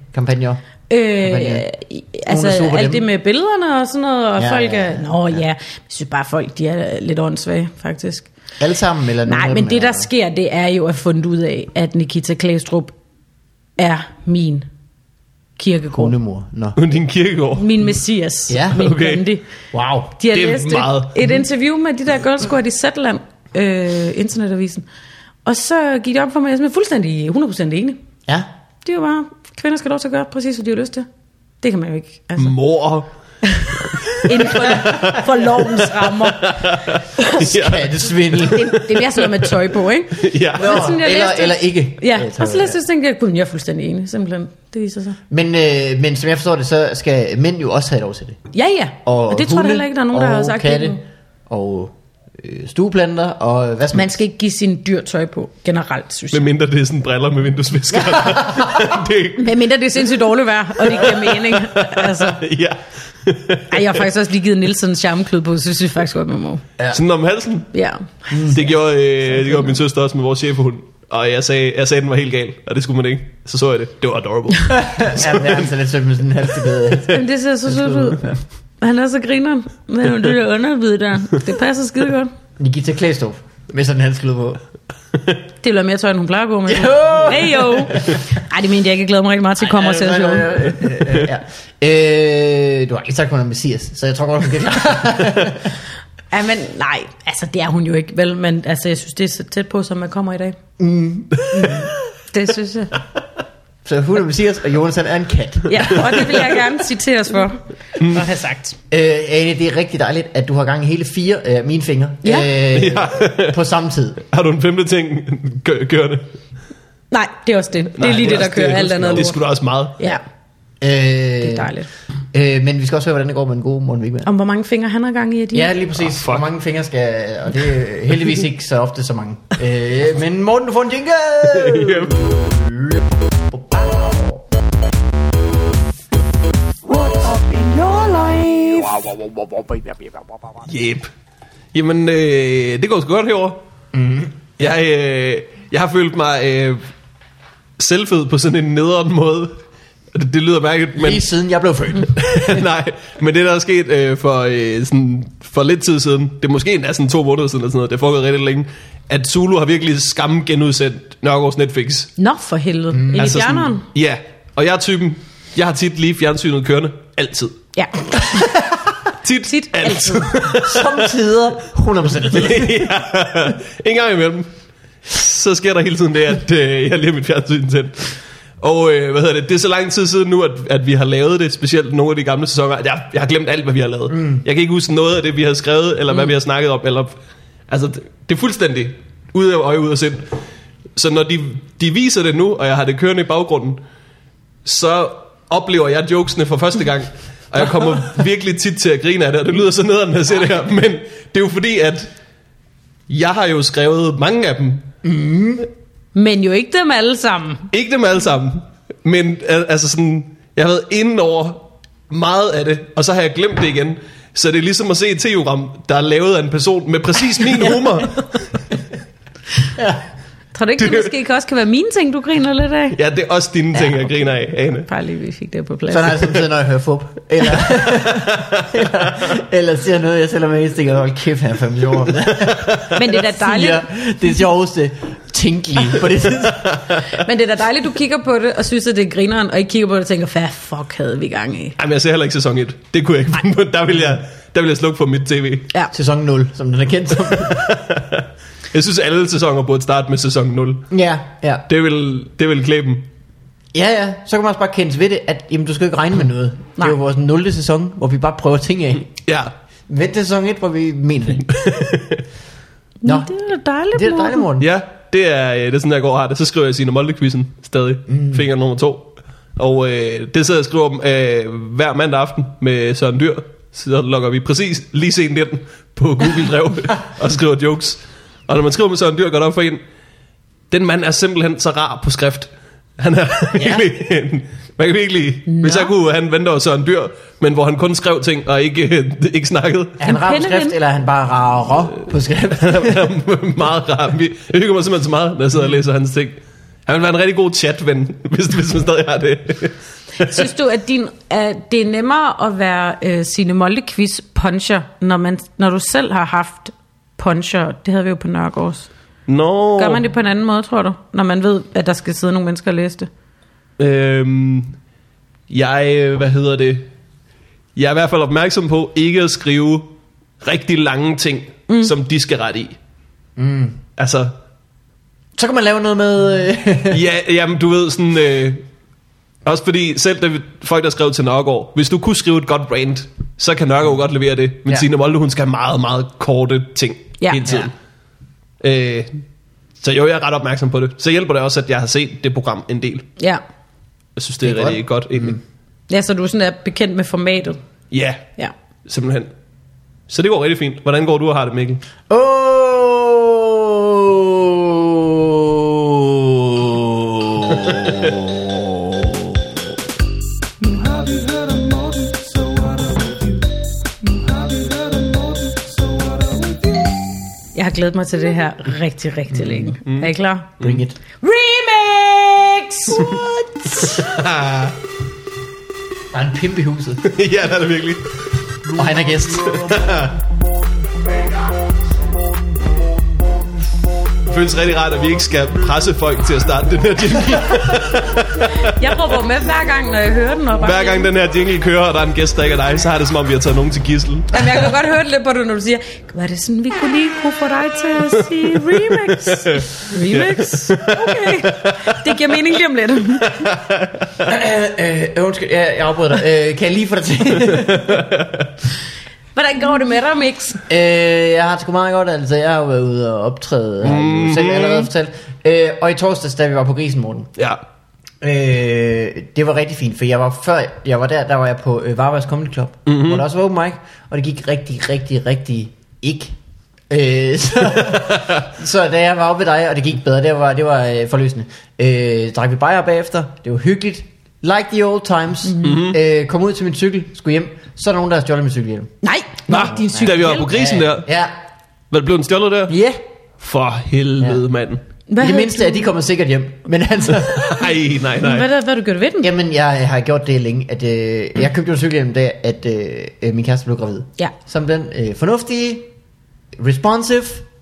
Altså super på alt dem. det med billederne og sådan noget, og Ja, folk er... ja. Nå ja, jeg synes bare, folk de er lidt åndssvage, faktisk. Alle sammen? Eller Nej, nogle af men dem, det der eller? sker, det er jo at fundet ud af, at Nikita Klæstrup er min kirkegård. Konemor. Nå. Din kirkegård. Min messias. Ja, min okay. Gandhi. Wow. De har Det er læst meget. et interview med de der Girl Squad i Zetland, internetavisen. Og så gik det op for mig, at jeg er fuldstændig 100% enig. Ja. Det er jo bare, kvinder skal lov til at gøre præcis, hvad de har lyst til. Det kan man jo ikke. Altså. Mor. Inden for lovens rammer. Skattesvindel. Det er mere sådan noget med tøj på, ikke? Ja. Nå, sådan, jeg læste- eller ikke. Ja, og så læste jeg, tænkte jeg, gud, jeg er fuldstændig enig, simpelthen. Det viser sig. Men som jeg forstår det, så skal mænd jo også have lov til det. Ja, ja. Og det tror jeg heller ikke, der er nogen, der har sagt katte, det. og stueplanter, og hvad som Man skal ikke give sin dyr tøj på, generelt, synes jeg. Med mindre det er sådan briller med vinduesvisker. Det, Men mindre det er sindssygt dårligt vejr, og det giver mening. Altså. ja. Ej, jeg har faktisk også lige givet Nielsen charmeklud på, så synes jeg faktisk godt, man må. Ja. Sådan om halsen. Ja. Det gjorde min søster også med vores chefhund. Og jeg sagde, at den var helt gal, og det skulle man ikke. Så jeg det. Det var adorable. Ja, det er altså lidt sødt med sådan en halsebede. Jamen, det ser så sødt ud. Han er så grineren. Men det der undervid der, det passer skide godt. Nikita Klæstrup med sådan en halsklud på. Det vil være mere tøj, end hun plejer at gå med. Hey jo! Ej, det mente jeg ikke. Jeg glæder mig rigtig meget til at komme og sætte showet. Ja. Du har ikke sagt, hun er Messias, så jeg tror godt, hun kan klare. Ja, men nej, altså det er hun jo ikke, vel? Men altså, jeg synes, det er så tæt på, som man kommer i dag. Det synes jeg. Så hun er Messias, og Jonas er en kat. Ja, og det vil jeg gerne citeres for at have sagt. Ane, det er rigtig dejligt, at du har gang i hele 4 af mine fingre på samme tid. Har du en 5. ting kørende? Nej, det er også det. Det er lige det, der kører alt andet. Det skulle da også meget. Ja, det er dejligt. Men vi skal også høre, hvordan det går med den gode Morten Wigman. Om hvor mange fingre han har gang i? Ja, lige præcis. Hvor mange fingre skal... Og det er heldigvis ikke så ofte så mange. Men Morten, du får en jingle! What's up in your life? Yep. Jamen, det går sgu godt herovre. Jeg har følt mig selvfed på sådan en nederen måde. Det lyder mærkeligt, men... Lige siden jeg blev født. Nej, men det der er sket for lidt tid siden, det er måske endda sådan 2 måneder siden eller sådan noget, det er foregået rigtig længe, at Zulu har virkelig genudsendt Nørgaards Netflix. Nå for helvede. I Altså fjerneren? sådan, ja, og jeg er typen, jeg har tit lige fjernsynet kørende, altid. Ja. Tit altid. Samtidig 100%. Ja, en gang imellem, så sker der hele tiden det, at jeg lige har mit fjernsyn tændt. Og det er så lang tid siden nu, at vi har lavet det, specielt nogle af de gamle sæsoner, at jeg har glemt alt, hvad vi har lavet. Jeg kan ikke huske noget af det, vi har skrevet, eller hvad vi har snakket om, eller, altså, det er fuldstændig ude af øje, ude af sind. Så når de viser det nu, og jeg har det kørende i baggrunden, så oplever jeg jokesene for første gang, og jeg kommer virkelig tit til at grine af det, og det lyder så nederen, når jeg ser det her, men det er jo fordi, at jeg har jo skrevet mange af dem. Men jo ikke dem alle sammen. Ikke dem alle sammen, men altså sådan, jeg har været inde over meget af det, og så har jeg glemt det igen. Så det er ligesom at se et TV-program, der er lavet af en person med præcis min humor. Ja. Tror du ikke, det måske også kan være mine ting, du griner lidt af? Ja, det er også dine ting, jeg griner af, Ane. Bare lige, vi fik det på plads. Sådan har jeg samtidig, når jeg hører fup. Eller siger noget, jeg sælger med en stikker. Hold kæft, her 5 år. Men det er da dejligt. Det sjoveste tænkelige på det tidspunkt. Men det er da dejligt, du kigger på det og synes, at det er grineren, og ikke kigger på det og tænker, hvad fuck havde vi gang i? Jamen, jeg ser heller ikke sæson 1. Det kunne jeg ikke finde på. Der vil jeg slukke for mit tv. Ja. Sæson 0, som den er kendt som. Jeg synes, alle sæsoner burde starte med sæson 0. Ja. Det vil klæbe dem. Ja. Så kan man også bare kendes ved det, at jamen, du skal ikke regne med noget. Nej. Det er jo vores 0. sæson, hvor vi bare prøver ting af. Ja. Vent til sæson 1, hvor vi mener det. Nå, Det er da dejligt, det er da dejligt, Morten. Ja, det er sådan, jeg går og har det. Så skriver jeg Signe Molde-quizzen stadig. Finger nummer 2. Og det sidder jeg og skriver om hver mandag aften med Søren Dyr. Så logger vi præcis lige sent ind på Google Drev og skriver jokes. Og når man skriver med Søren Dyr, går det op for en. Den mand er simpelthen så rar på skrift. Han er virkelig man kan virkelig... Hvis jeg kunne, han venter over Søren Dyr, men hvor han kun skrev ting og ikke snakkede. Er han rar på skrift, eller er han bare rar på skrift? Han er meget rar. Jeg hygger mig simpelthen så meget, når jeg sidder og læser hans ting. Han vil være en rigtig god chatven, hvis man stadig har det. Synes du, at det er nemmere at være Signe Molde-quiz puncher, når du selv har haft puncher? Det havde vi jo på Nørgaards. No. Gør man det på en anden måde, tror du? Når man ved, at der skal sidde nogle mennesker og læse det? Jeg er i hvert fald opmærksom på ikke at skrive rigtig lange ting, som de skal rette i. Altså... Så kan man lave noget med... jamen du ved sådan... også fordi selv folk der skrev til Nørgaard, hvis du kunne skrive et godt rant, så kan Nørgaard godt levere det. Men Signe Molde, hun skal have meget, meget korte ting hele tiden. Så jo, jeg er ret opmærksom på det. Så hjælper det også, at jeg har set det program en del. Ja. Jeg synes, det er rigtig godt egentlig. Ja, så du sådan er bekendt med formatet. Ja, simpelthen. Så det går rigtig fint. Hvordan går du og har det, Mikkel? Jeg har glædet mig til det her rigtig, rigtig længe. Er I klar? Bring it. Remix! What? Der er en pimp i huset. Ja, det er det virkelig. Og han er gæst. føles rigtig rart, at vi ikke skal presse folk til at starte den her jingle. Jeg prøver med hver gang, når jeg hører den. Og bare Hver gang den her jingle kører, og der er en gæst, der ikke er dig, så har det som om, vi har taget nogen til gidsel. Jamen, jeg kan godt høre det lidt på det, når du siger, var det sådan, vi kunne lige få dig til at sige remix? Remix? Okay. Det giver mening lige om lidt. Undskyld, jeg afbryder dig. Kan jeg lige få dig til? Hvordan går det med dig, Mix? Jeg har det sgu meget godt, altså. Jeg har jo været ude og optræde, har jeg jo selv allerede fortalt. Og i torsdags, da vi var på Grisen, Morten. Ja. Det var rigtig fint, for før jeg var der var jeg på Varbergs Comedy Club, hvor der også var open mic, og det gik rigtig ikke. Så da jeg var oppe ved dig, og det gik bedre, det var forløsende. Drak vi bajer bagefter, det var hyggeligt. Like the old times. Kom ud til min cykel, skulle hjem. Så er der nogen, der har stjålet min cykelhjelm. Nej, din cykel. Da vi var på Grisen der. Ja. Hvad blev den stjålet der? Ja. Yeah. For helvede, mand. I det mindste er de kommet sikkert hjem. Men altså Nej. Hvad har du gjort ved den? Jamen jeg har gjort det længe, at jeg købte jo en cykelhjelm da at min kæreste blev gravid. Ja. Som den fornuftige, responsible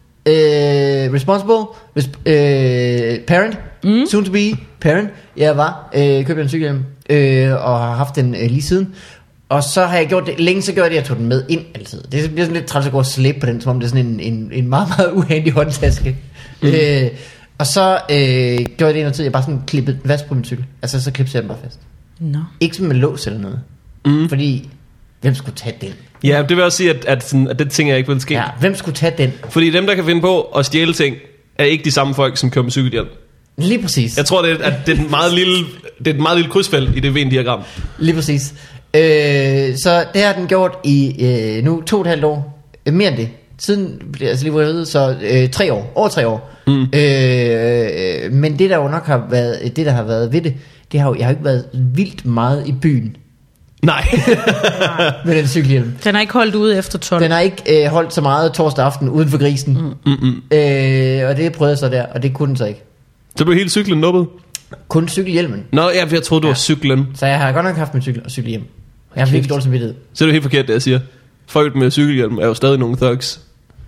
parent, soon to be parent. Jeg var købte en cykelhjelm og har haft den lige siden. Og så har jeg gjort det længe, så gjorde det, jeg tog den med ind altid. Det bliver sådan lidt træls at gå og slæbe på den, som om det er sådan en meget, meget uhandig håndtaske. Og så gjorde jeg det en tid, jeg bare sådan klippede den fast på min cykel. Altså så klippede jeg den bare fast. No. Ikke sådan med lås eller noget. Fordi, hvem skulle tage den? Ja, det vil også sige, at det ting jeg ikke vil ske. Ja, hvem skulle tage den? Fordi dem, der kan finde på at stjæle ting, er ikke de samme folk, som kører med cykelhjelm. Lige præcis. Jeg tror, det er et meget lille krydsfelt i det Venn-diagram. Lige præcis. Så det har den gjort i nu 2,5 år. Mere end det. Siden altså lige var så 3 år. Over 3 år. Men det der jo nok har været, det der har været ved det, jeg har jo ikke været vildt meget i byen. Nej. Med den cykelhjelm. Den har ikke holdt ude efter 12. Den har ikke holdt så meget torsdag aften uden for Grisen. Og det prøvede jeg så der, og det kunne den så ikke. Så blev hele cyklen nubbet? Kun cykelhjelmen. Nå, ja, jeg troede, du var cyklen. Så jeg har godt nok haft min cykel og cykelhjem. Jeg har virkelig dårlig samvittighed. Så er det helt forkert, det jeg siger. Folk med cykelhjelm er jo stadig nogle thugs.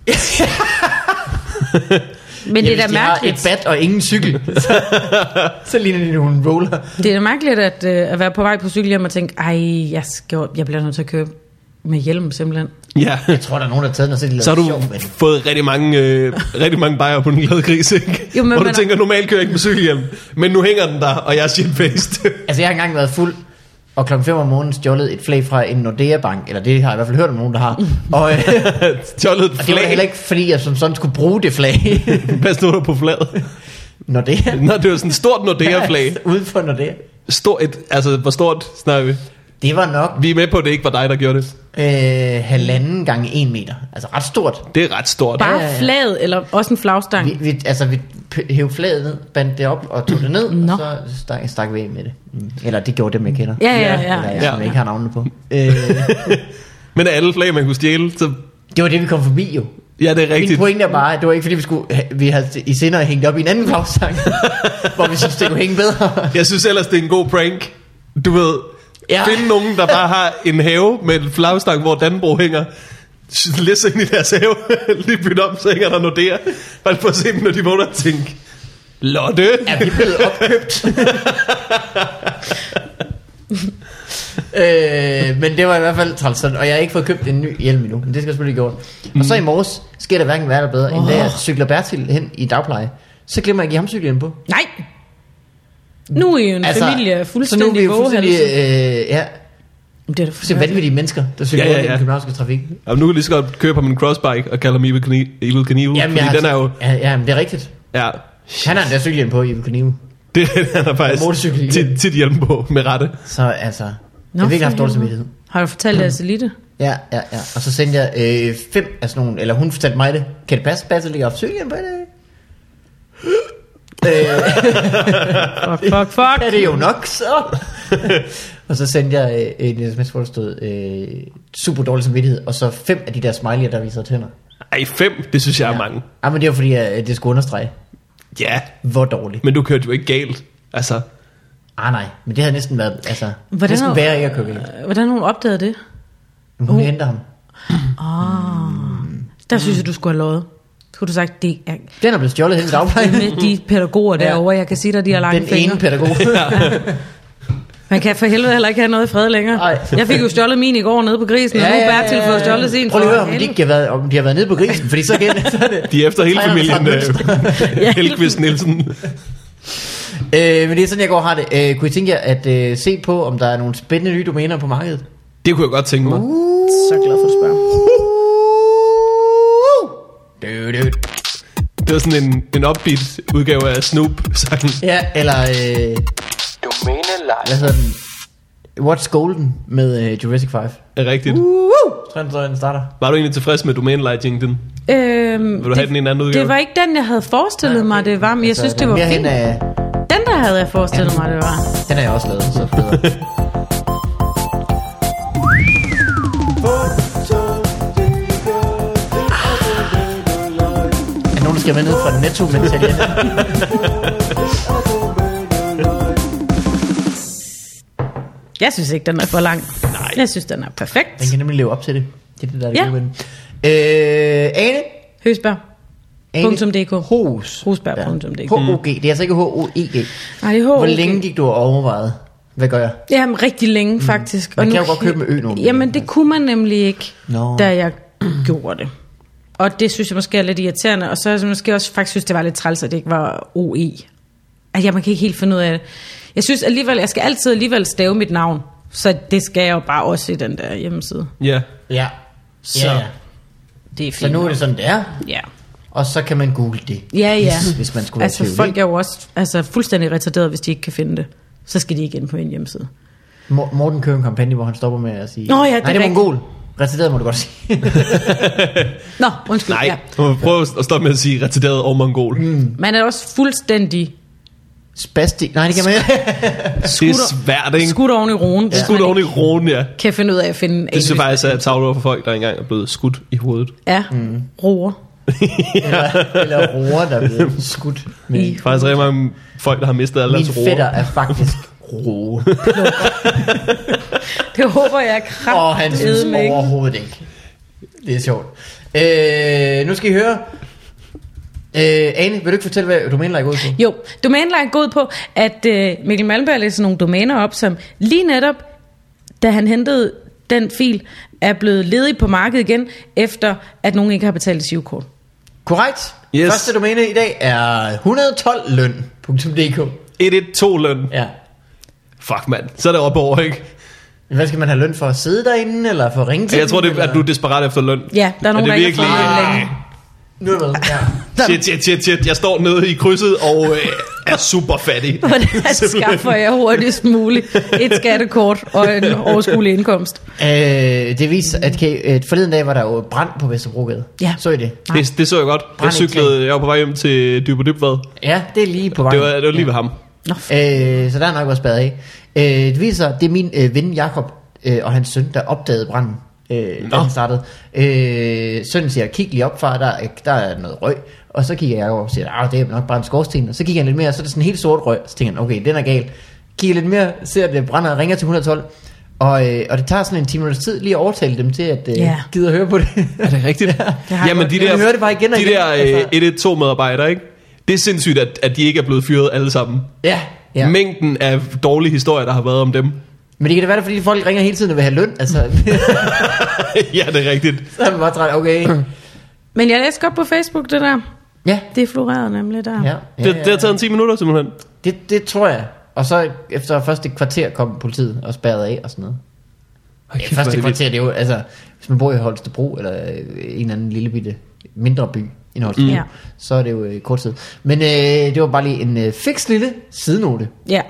Men det er da de har mærkeligt. et bat og ingen cykel, så ligner de nogle roller. Det er da mærkeligt at være på vej på cykelhjem og tænke, jeg bliver nødt til at købe med hjelm simpelthen. Ja. Jeg tror, der er nogen, der har taget den og set det. Så har du fået rigtig mange bajer på den glade gris, ikke? Jo, men hvor du tænker, normalt kører jeg ikke med cykelhjelm, men nu hænger den der, og jeg er shitfaced. Altså jeg har engang været fuld, og klokken 5 om morgenen stjålet et flag fra en Nordea-bank, eller det har jeg i hvert fald hørt om nogen, der har. Og stjålet et og det var flag? heller ikke, fordi jeg som sådan skulle bruge det flag. Hvad stod der på flaget? Nordea? Nå, det var sådan et stort Nordea-flag. Ude for Nordea. Hvor stort snakker vi? Det var nok Vi er med på, at det ikke var dig, der gjorde det. 1,5 gange 1 meter. Altså ret stort. Det er ret stort. Bare flaget, eller også en flagstang? Vi hævde flaget ned, bandt det op og tog det ned, og så stak vi af med det. Eller det gjorde dem, jeg kender. Eller som jeg ikke har navnene på. Men af alle flag, man kunne stjæle, så... Det var det, vi kom forbi jo. Ja, det er rigtigt. Min pointe er bare, det var ikke fordi vi havde i sinde hængt op i en anden flagstang, hvor vi synes, det kunne hænge bedre. Jeg synes ellers, det er en god prank. Du ved, finde nogen, der bare har en have med en flagstang, hvor Danbro hænger. Læs ind i deres have. Lige bytte om, så hænger der Nordea. Bare for at se dem, når de vågner og tænke, Lotte! Er vi blevet opkøbt? Men det var i hvert fald træls, og jeg har ikke fået købt en ny hjelm endnu, men det skal jeg selvfølgelig gjort. Og så i morges sker der hverken værre eller bedre, end da jeg cykler Bertil hen i dagpleje. Så glemmer jeg at give ham cykelhjelm på. Nej! Nu er I jo en familie fuldstændig vågehalset. Ja. Det er da så vanvittige mennesker, der cykler rundt i den københavnske trafik. Og nu kan jeg lige så godt køre på min crossbike og kalde ham Evil Knievel. Jamen, fordi den er jo... Ja, det er rigtigt. Ja. Han har en der cykelhjelm på, Evil Knievel. Det han har faktisk tit hjelm på med rette. Så altså, jeg har virkelig haft dårlig samvittighed. Har du fortalt det til Lite? Ja. Og så sendte jeg 5 af sådan nogle, eller hun fortalte mig det. Kan det passe, at ligger op cykelhjelm på det? Fuck. Er det jo nok så? Og så sendte jeg en sms, hvor der stod super dårlig samvittighed, og så 5 af de der smiley'er, der viser tænder. Ej, 5, det synes jeg er mange. Ja, men det var fordi, det skulle understrege. Ja. Hvor dårligt. Men du kørte jo ikke galt. Altså. Nej, men det havde næsten været, altså, næsten værre ikke at køre galt. Hvordan hun opdagede det? Hun henter ham. Der synes jeg, du skulle have løjet. Skulle du sagt, det er Den er blevet stjålet hele dagplejen. med de pædagoger derovre. Jeg kan sige dig, de har lange Den fingre. ene pædagog. Man kan for helvede heller ikke have noget i fred længere. Nej. Jeg fik jo stjålet min i går nede på Grisen, og nu er Bertil fået stjålet sin. Prøv lige at høre, om de har været nede på Grisen, fordi så er det... De er efter hele familien Ja. Helqvist Nielsen. Men det er sådan, jeg går og har det. Kunne I tænke jer at se på, om der er nogle spændende nye domæner på markedet? Det kunne jeg godt tænke mig. Så glad for, at du spørger. Det var sådan en upbeat udgave af Snoop-sangen. Ja, eller... Domæneleje. hvad hedder den? What's Golden med Jurassic 5. Er rigtigt. Så den starter. Var du egentlig tilfreds med domænelejingen? Vil du have den i en anden udgave? Det var ikke den, jeg havde forestillet mig, det var, men jeg synes, det var mere fint. hen af, Den der havde jeg forestillet mig, det var. den har jeg også lavet, så bedre. Er nogen, der skal være nede fra Netto, mens jeg lige Jeg synes ikke, den er for lang. Nej. Jeg synes, den er perfekt. Den kan nemlig leve op til det. Det er det, der er det Ja. gode ved den. Ane? Høsberg.dk Hos. Hosberg.dk. H-O-G. Det er altså ikke H-O-E-G. Nej, det er Hvor længe gik du og overvejede? Hvad gør jeg? Jamen, rigtig længe faktisk. Man Og kan nu jo godt købe med ø-nummer. Jamen, det kunne man nemlig ikke, Nå. da jeg gjorde det. Og det synes jeg måske er lidt irriterende. Og så jeg måske også faktisk synes, det var lidt træls, at det ikke var OE. Altså, man kan ikke helt finde ud af det. Jeg synes alligevel, jeg skal altid alligevel stave mit navn. Så det skal jeg jo bare også i den der hjemmeside. Ja. Ja. Så Ja. det er fint. Så nu er det sådan, det er. Ja. Og så kan man google det. Ja. Hvis man skulle være Altså, tvivl, folk ikke? er jo også fuldstændig retarderet, hvis de ikke kan finde det. Så skal de ikke ind på en hjemmeside. Morten kører en kampagne, hvor han stopper med at sige... Nå ja, det er nej, det er rigtigt. mongol. Retarderet må du godt sige. Nå, undskyld. Nej, Ja. må prøve at stoppe med at sige retarderet og mongol. Man er også fuldstændig Spasti. Nej, det kan man ikke. Det er svært, ikke? skudt oven i roen. hvis Skudt man oven i ikke roen, ja. kan finde ud af at finde Det synes jeg faktisk er tavler for folk, der engang er blevet skudt i hovedet. Ja, roer. Eller roer, der er blevet skudt. Med. I Faktisk rigtig mange folk, der har mistet alle Min deres fætter roer. er faktisk roe. Det håber jeg Og han synes kraftedeme ikke. overhovedet ikke. Det er sjovt. Nu skal I høre. Ane, vil du ikke fortælle, hvad domæneleje går ud på? Jo, domæneleje går ud på, at Mikkel Malmberg læser nogle domæner op, som lige netop, da han hentede den fil, er blevet ledig på markedet igen, efter at nogen ikke har betalt et SIV-kort. Korrekt. Yes. Første domæne i dag er 112løn.dk. 112 løn. Ja. Fuck, mand. Så er det oppe over, ikke? Hvad skal man have løn for? At sidde derinde, eller for at ringe til Jeg tror, dem, det er, at du er desperat efter løn. Ja, der er nogen, det der ikke har virkelig- fået løn længe. Nu er det med, ja. Shit. Jeg står nede i krydset og er super fattig. Hvordan skaffer jeg hurtigst muligt et skattekort og en overskuelig indkomst? Det viser, at forleden dag var der jo brand på Vesterbrogade. Ja. Så I det? Det så jeg godt. Jeg cyklede, jeg var på vej hjem til Dyb og Dybvad. Ja, det er lige på vejen. Det var lige ved ham. Nå, Så der er nok været spadet af. Det viser, det er min ven Jakob og hans søn, der opdagede branden, da han startede. Sønnen siger, kig lige op, far, der er noget røg. Og så kigger jeg over og siger, det er nok bare en skorsten. Og så kigger han lidt mere, så er det sådan en helt sort røg. Så tænker han, okay, den er gal. Kigger lidt mere, ser at det brænder og ringer til 112. Og det tager sådan en time tid lige at overtale dem til at gide at høre på det. Er det rigtigt? det har Jamen, jeg de Jeg hører det bare igen og de igen. der Altså. 112 medarbejdere, ikke? Det er sindssygt, at de ikke er blevet fyret alle sammen. Ja. Mængden af dårlige historier, der har været om dem. Men det kan da være, det er, fordi folk ringer hele tiden og vil have løn. Altså, Ja, det er rigtigt. så er man bare træt, okay. men jeg læste op på Facebook, det der. Ja. Det florerede nemlig der. Ja. Det har taget 10 minutter, simpelthen. Det tror jeg. Og så efter første kvarter kom politiet og spærrede af og sådan noget. Okay, Første kvarter, det er jo, altså, hvis man bor i Holstebro, eller en eller anden lille bitte mindre by i Holstebro, Ja. så er det jo kort tid. Men det var bare lige en fix lille sidenote. Ja.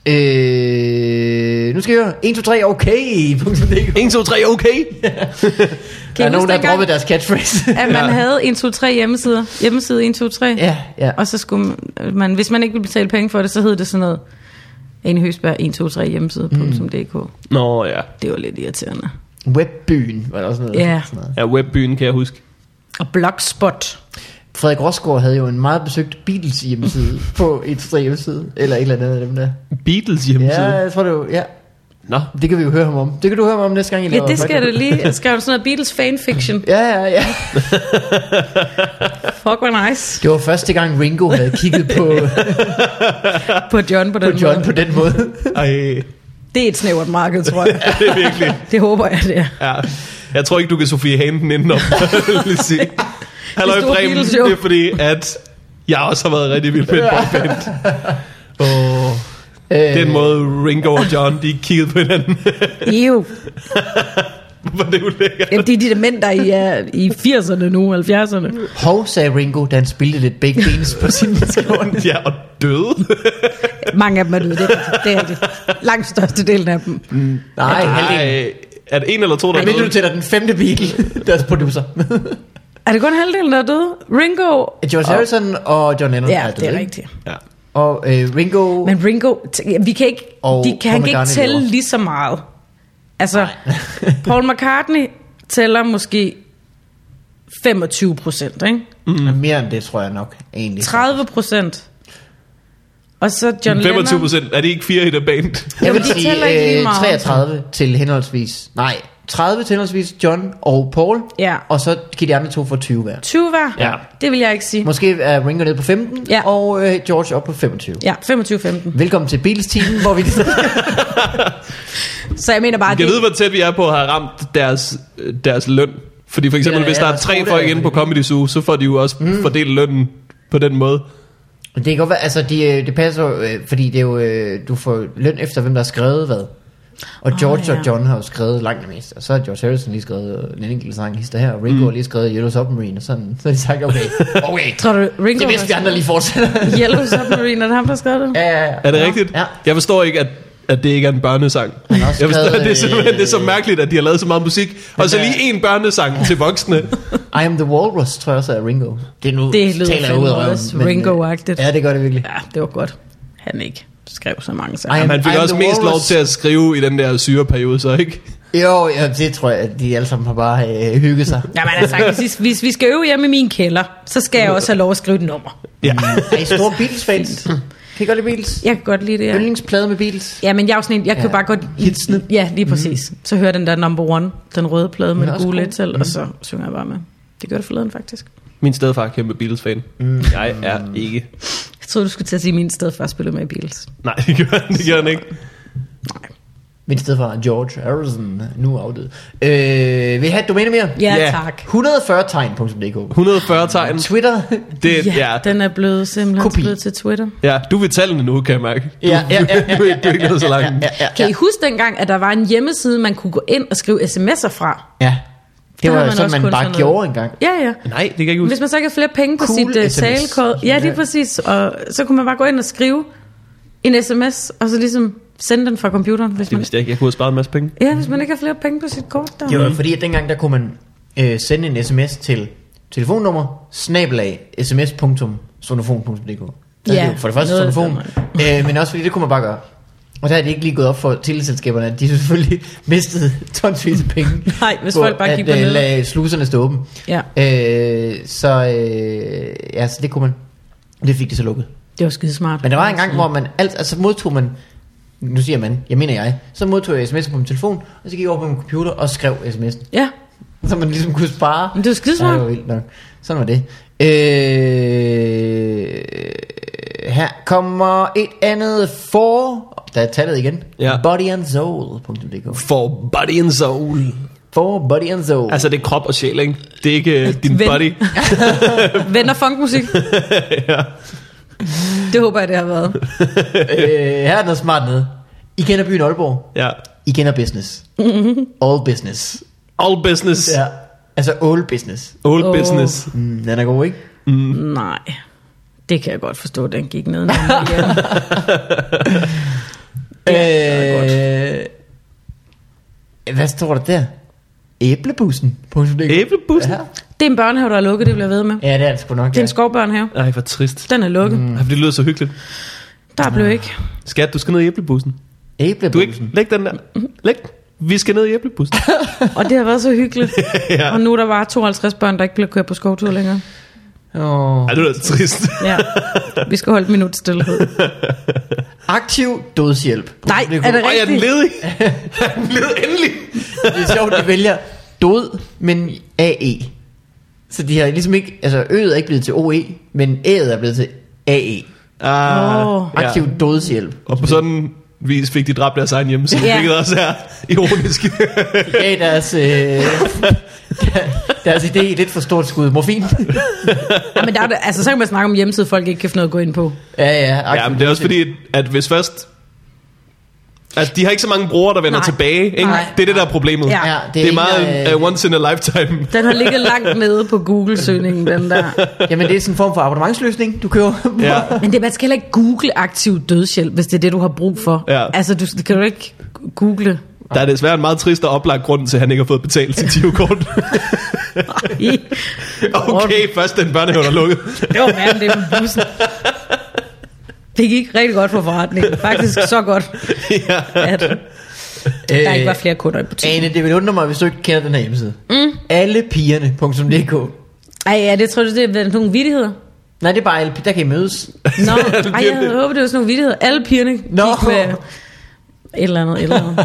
Nu skal jeg høre 1, 2, 3, okay.dk. 1, 2, 3, okay. Der er nogen, der har dengang, droppet deres catchphrase. at man havde 1, 2, 3 hjemmesider. Hjemmeside 1, 2, 3. Ja. Og så skulle man, hvis man ikke ville betale penge for det, så hed det sådan noget. Ane Høsberg 1, 2, 3 hjemmeside.dk. Nå, ja. Det var lidt irriterende. Webbyen var der også noget. Ja. Sådan noget. Ja, webbyen kan jeg huske. Og Blogspot. Frederik Rosgaard havde jo en meget besøgt Beatles hjemmeside på et 3 hjemmeside, eller et eller andet af dem der. Beatles hjemmeside. Ja, jeg tror det var, ja. Nå. Det kan vi jo høre ham om. Det kan du høre ham om næste gang, I laver. Ja, det skal det lige. Jeg skrev sådan noget Beatles fanfiction. Ja. Fuck, hvor nice. Det var første gang Ringo havde kigget På John på den måde. måde. Ej. Det er et snævert marked, tror jeg. Det er virkelig. Det håber jeg, det er. Ja. Jeg tror ikke, du kan Sofie Hane den indenom. Halløj Det store Preben, Beatles, det jo. er fordi, at jeg også har været rigtig vild med et boyband. Den måde Ringo og John, de kiggede på hinanden. Ew. Hvor det ulækkert. Jamen, det er de der mænd, der i 80'erne nu, 70'erne. Hov, sagde Ringo, da han spillede lidt Baked Beans på sin skål. Ja, og døde. Mange af dem er døde, det er det. Langt største delen af dem. Nej, halvdelen. Ej, er det en eller to, der er Men du døde? til dig den 5. Beatle, deres producer. Er det kun halvdelen, der er døde? Ringo... George Harrison og John Lennon Ja, er det døde, er ikke? rigtigt. Ja. Og Ringo... Men Ringo, vi kan ikke, Og de kan Paul ikke McCartney tælle lever. lige så meget. Altså, Paul McCartney tæller måske 25%, ikke? Mere end det, tror jeg nok, egentlig. 30%. Og så John 25%, er det ikke 4 i det band? Jeg vil de tæller ikke lige sige meget. 33 til henholdsvis... Nej, 30 til henholdsvis John og Paul. Ja. Og så kan de andre to få 20 hver. 20 hver? Ja. Det vil jeg ikke sige. Måske er Ringo nede på 15, Ja. og George op på 25. Ja, 25-15. Velkommen til Beatles-teamen, hvor vi... Så jeg mener bare, Jeg kan vide, hvor tæt vi er på at have ramt deres løn. Fordi for eksempel, Ja, hvis der er jeg 3 tror, folk det er- inde på Comedy Zoo, så får de jo også fordelt lønnen på den måde. Det kan godt være, altså det passer jo, fordi det er jo, du får løn efter, hvem der har skrevet hvad. Og George ja. og John har jo skrevet langt det meste. Og så har George Harrison lige skrevet en enkelt sang hister her, og Ringo har lige skrevet Yellow Submarine, og sådan. Så har de sagt, okay, Tror du, Ringo det vidste vi andre lige fortsætter. Yellow Submarine, er det ham, der skrev det? Ja. Er det rigtigt? Ja. Jeg forstår ikke, at det ikke er en børnesang. har også Jeg forstår, skrevet, det er simpelthen det er så mærkeligt, at de har lavet så meget musik. Og så lige en børnesang til voksne. I Am The Walrus, tror jeg også er Ringo. Det lyder taler jeg ud af fandme røven, også men, Ringo-agtigt. Ja, det gør det virkelig. Ja, det var godt. Han ikke skrev så mange Ej, sange. Man fik I Am også The mest lov Walrus. til at skrive i den der syreperiode, så ikke? Jo, ja, det tror jeg, at de alle sammen har bare hygget sig. Jamen altså, hvis vi skal øve hjemme i min kælder, så skal jeg også have lov at skrive et nummer. Ja. Er I store Beatles-fans? Kan I godt lide Beatles? Jeg kan godt lide det, ja. Yndlingsplade med Beatles? Ja, men jeg er jo sådan en, jeg kan Ja. bare godt... Hitsene. Ja, lige præcis. Så hører den der number one, den røde plade med Den er den også gule god. etal, og så synger jeg bare med. Det gør det forleden, faktisk. Min stedfar er kæmpe Beatles-fan. Jeg er ikke. Jeg troede, du skulle til at sige, min sted først spillede med i Beatles. Nej, det gør han ikke. Min stedfar George Harrison, nu afdød. Vil I have et domæne mere? Ja, Ja. tak. 140tegn.dk 140 tegn. Twitter. Det, Ja, den er blevet simpelthen Kopi. blevet til Twitter. Ja, du vil tallene nu, kan jeg mærke. Ja, ja, ja, ja, Du er ikke nået så langt. Kan I huske dengang, at der var en hjemmeside, man kunne gå ind og skrive sms'er fra? Ja. Det Der var havde jo man sådan, også man kun bare sådan gjorde engang. Ja, ja. Nej, det kan jeg ikke huske. Hvis man så ikke har flere penge på Cool sit SMS. talekode. Ja, lige Ja. præcis. Og så kunne man bare gå ind og skrive en sms, og så ligesom sende den fra computeren. Hvis Det man, vidste jeg ikke. Jeg kunne have sparet en masse penge. ja, hvis man ikke har flere penge på sit kort. Der. Det var fordi, at dengang der kunne man sende en sms til telefonnummer /sms.sonofon.dk. Ja, For det første noget sonofon, men også fordi det kunne man bare gøre. Og der er det ikke lige gået op for teleselskaberne, at de selvfølgelig mistede tonsvis af penge. Nej, hvis på folk bare gik at derned. lade sluserne stå åben. Ja, Så det kunne man. Det fik de så lukket. det var skide smart. Men der var en gang, hvor man altså modtog man, nu siger man, jeg mener jeg, så modtog jeg sms'er på min telefon, og så gik jeg over på min computer og skrev sms'en. Ja, Så man ligesom kunne spare. men det var skide Ja, det smart. var vildt nok. Sådan var det. Her kommer et andet der er tallet igen. Ja. Bodyandsoul.dk For body and soul. For Body and Soul. Altså, det er krop og sjæl, ikke? Det er ikke din Ven. body. Venner funkmusik. Ja. Det håber jeg, det har været. Her er noget smart nede. I kender byen Aalborg. Ja. I kender business. All business. All business. Ja. Altså all business. All Åh. business. Den er god, ikke? Nej, det kan jeg godt forstå, den gik ned. Igen. Hvad står der der? Æblebussen. Æblebussen? Ja. Det er en børnehave, der er lukket, det bliver ved med. Ja, det er det sgu nok. Det er en skovbørnehave. Ej, hvor trist. Den er lukket. Ej, for det lyder så hyggeligt. Der blev ikke. Skat, du skal ned i æblebussen. Du ikke, Æblebussen. læg den der. Læg. Vi skal ned i æblebussen. Og det har været så hyggeligt. Ja. Og nu er der bare 52 børn, der ikke bliver kørt på skovtur længere. Åh. Ej, det lyder trist. Ja. Vi skal holde et minut stillhed. Aktiv dødshjælp. Nej, er det Og er den rigtigt? ledig? Er den ledig endelig? Det er sjovt, de vælger død, men AE. Så de har ligesom ikke, altså øet er ikke blevet til OE, men æet er blevet til AE. Aktiv dødshjælp. Og på sådan vis fik de dræbt deres egen hjemmeside, Ja. hvilket også er ironisk. De gav deres idé et lidt for stort skud morfin. Ja, men der er, altså, så kan man snakke om hjemmeside, folk ikke kan få noget at gå ind på. Ja, men det er også fordi, at hvis først... Altså, de har ikke så mange brugere, der vender Nej. tilbage, ikke? Nej. Det er det, der er problemet. Ja. Ja, Det er en, meget once in a lifetime. Den har ligget langt nede på Google-søgningen, den der. Jamen det er sådan en form for abonnementsløsning, du køber. Ja. Men man skal heller ikke google aktiv dødshjælp, hvis det er det, du har brug for. Ja. Altså, det kan du ikke google. Der er desværre en meget trist og oplagt grund til, at han ikke har fået betalt sit girokort. Okay, først den børnehave, der lukkede. Det var manden, det med bussen. Det gik rigtig godt for forretningen. Faktisk så godt, at der ikke var flere kunder i butikken. Ane, det vil undre mig, hvis du ikke kender den her hjemmeside. Allepigerne.dk. Ej, ja, det tror du, det er nogle vittigheder? Nej, det er bare alle, der kan I mødes. Nå, ej, jeg havde håbet, det var sådan nogle vittigheder. Alle pigerne gik med et eller andet.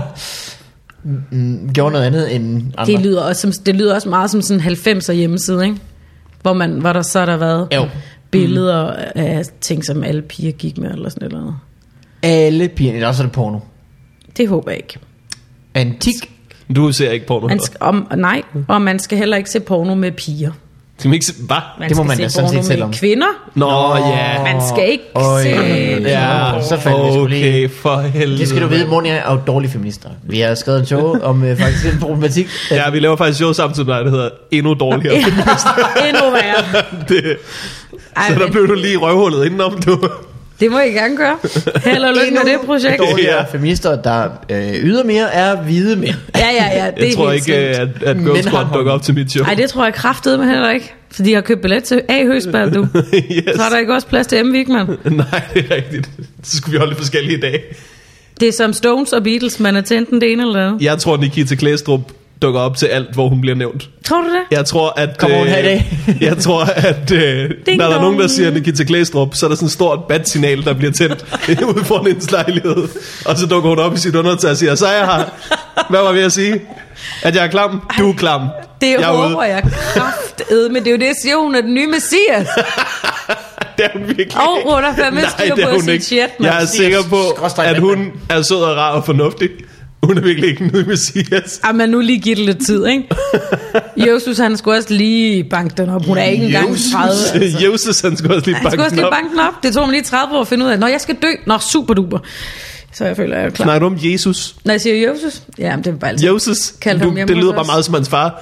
Gjorde noget andet end andre. Det lyder også meget som sådan en 90'er hjemmeside, ikke? Hvor der så har der været Jo. billeder af ting, som alle piger gik med, eller sådan et eller andet. Alle pigerne, eller også er det porno. Det håber jeg ikke. Antik. Du ser ikke porno. Nej, og man skal heller ikke se porno med piger. Skal man ikke se... Hvad? Man Det må skal man se da sådan porno set selv med om. kvinder. Nå, ja. Man skal ikke se... Ja, Så faldt vi sgu lige. okay, for helvede. Det skal du vide, Monia er jo dårlige feminister. Vi har skrevet en show om faktisk en problematik. Ja, vi laver faktisk show samtidig med dig, der hedder Endnu dårligere. Endnu værre. Ej, Så der men blev du lige røvhullet indenom, du. det må I gerne gøre. Held og lykke med det projekt. Dårligere Ja. feminister, der yder mere, er hvide mænd. Ja, det Jeg er tror helt ikke, slemt. at Girls Squad dukker op til mit show. Nej, det tror jeg kraftedeme heller ikke. For de har købt billet til A. Høsberg, du. Yes. Så er der ikke også plads til M. Wigman. Nej, det er rigtigt. Så skulle vi holde forskellige dage. Det er som Stones og Beatles, man er til enten det ene eller det andet. Jeg tror, Nikita Klæstrup dukker op til alt, hvor hun bliver nævnt. Tror du det? Jeg tror, at... Kommer hun her i dag? Jeg tror, at når der er nogen, der siger Nikita Klæstrup, så er der sådan et stort bat-signal, der bliver tændt ude foran hendes lejlighed. Og så dukker hun op i sit undertag og siger, så er jeg her. Hvad var jeg ved at sige? At jeg er klam? Du er klam. Det Jeg er håber jeg kraftedeme. Det er jo det, siger hun er den nye Messias. Det er hun virkelig Og hun har fandme Nej, styr det er på hun sit ikke. chat, mand. Jeg er sikker på, Skråstreg at hun er sød og rar og fornuftig. Hun er virkelig ikke en ny Messias. Jamen nu lige give det lidt tid, ikke? Jesus, han skulle også lige banke den op. Hun er ikke engang 30. Jesus, han skulle også lige Han banke skulle også den lige op. banke den op. Det tog mig lige 30 år at finde ud af. Nå, jeg skal dø. Nå, super duper. Så jeg føler, jeg er klar. Snakker du om Jesus? Når jeg siger Jesus, ja, men det er bare altid. Jesus? Kald ham hjemme Det lyder hos bare os. meget som hans far.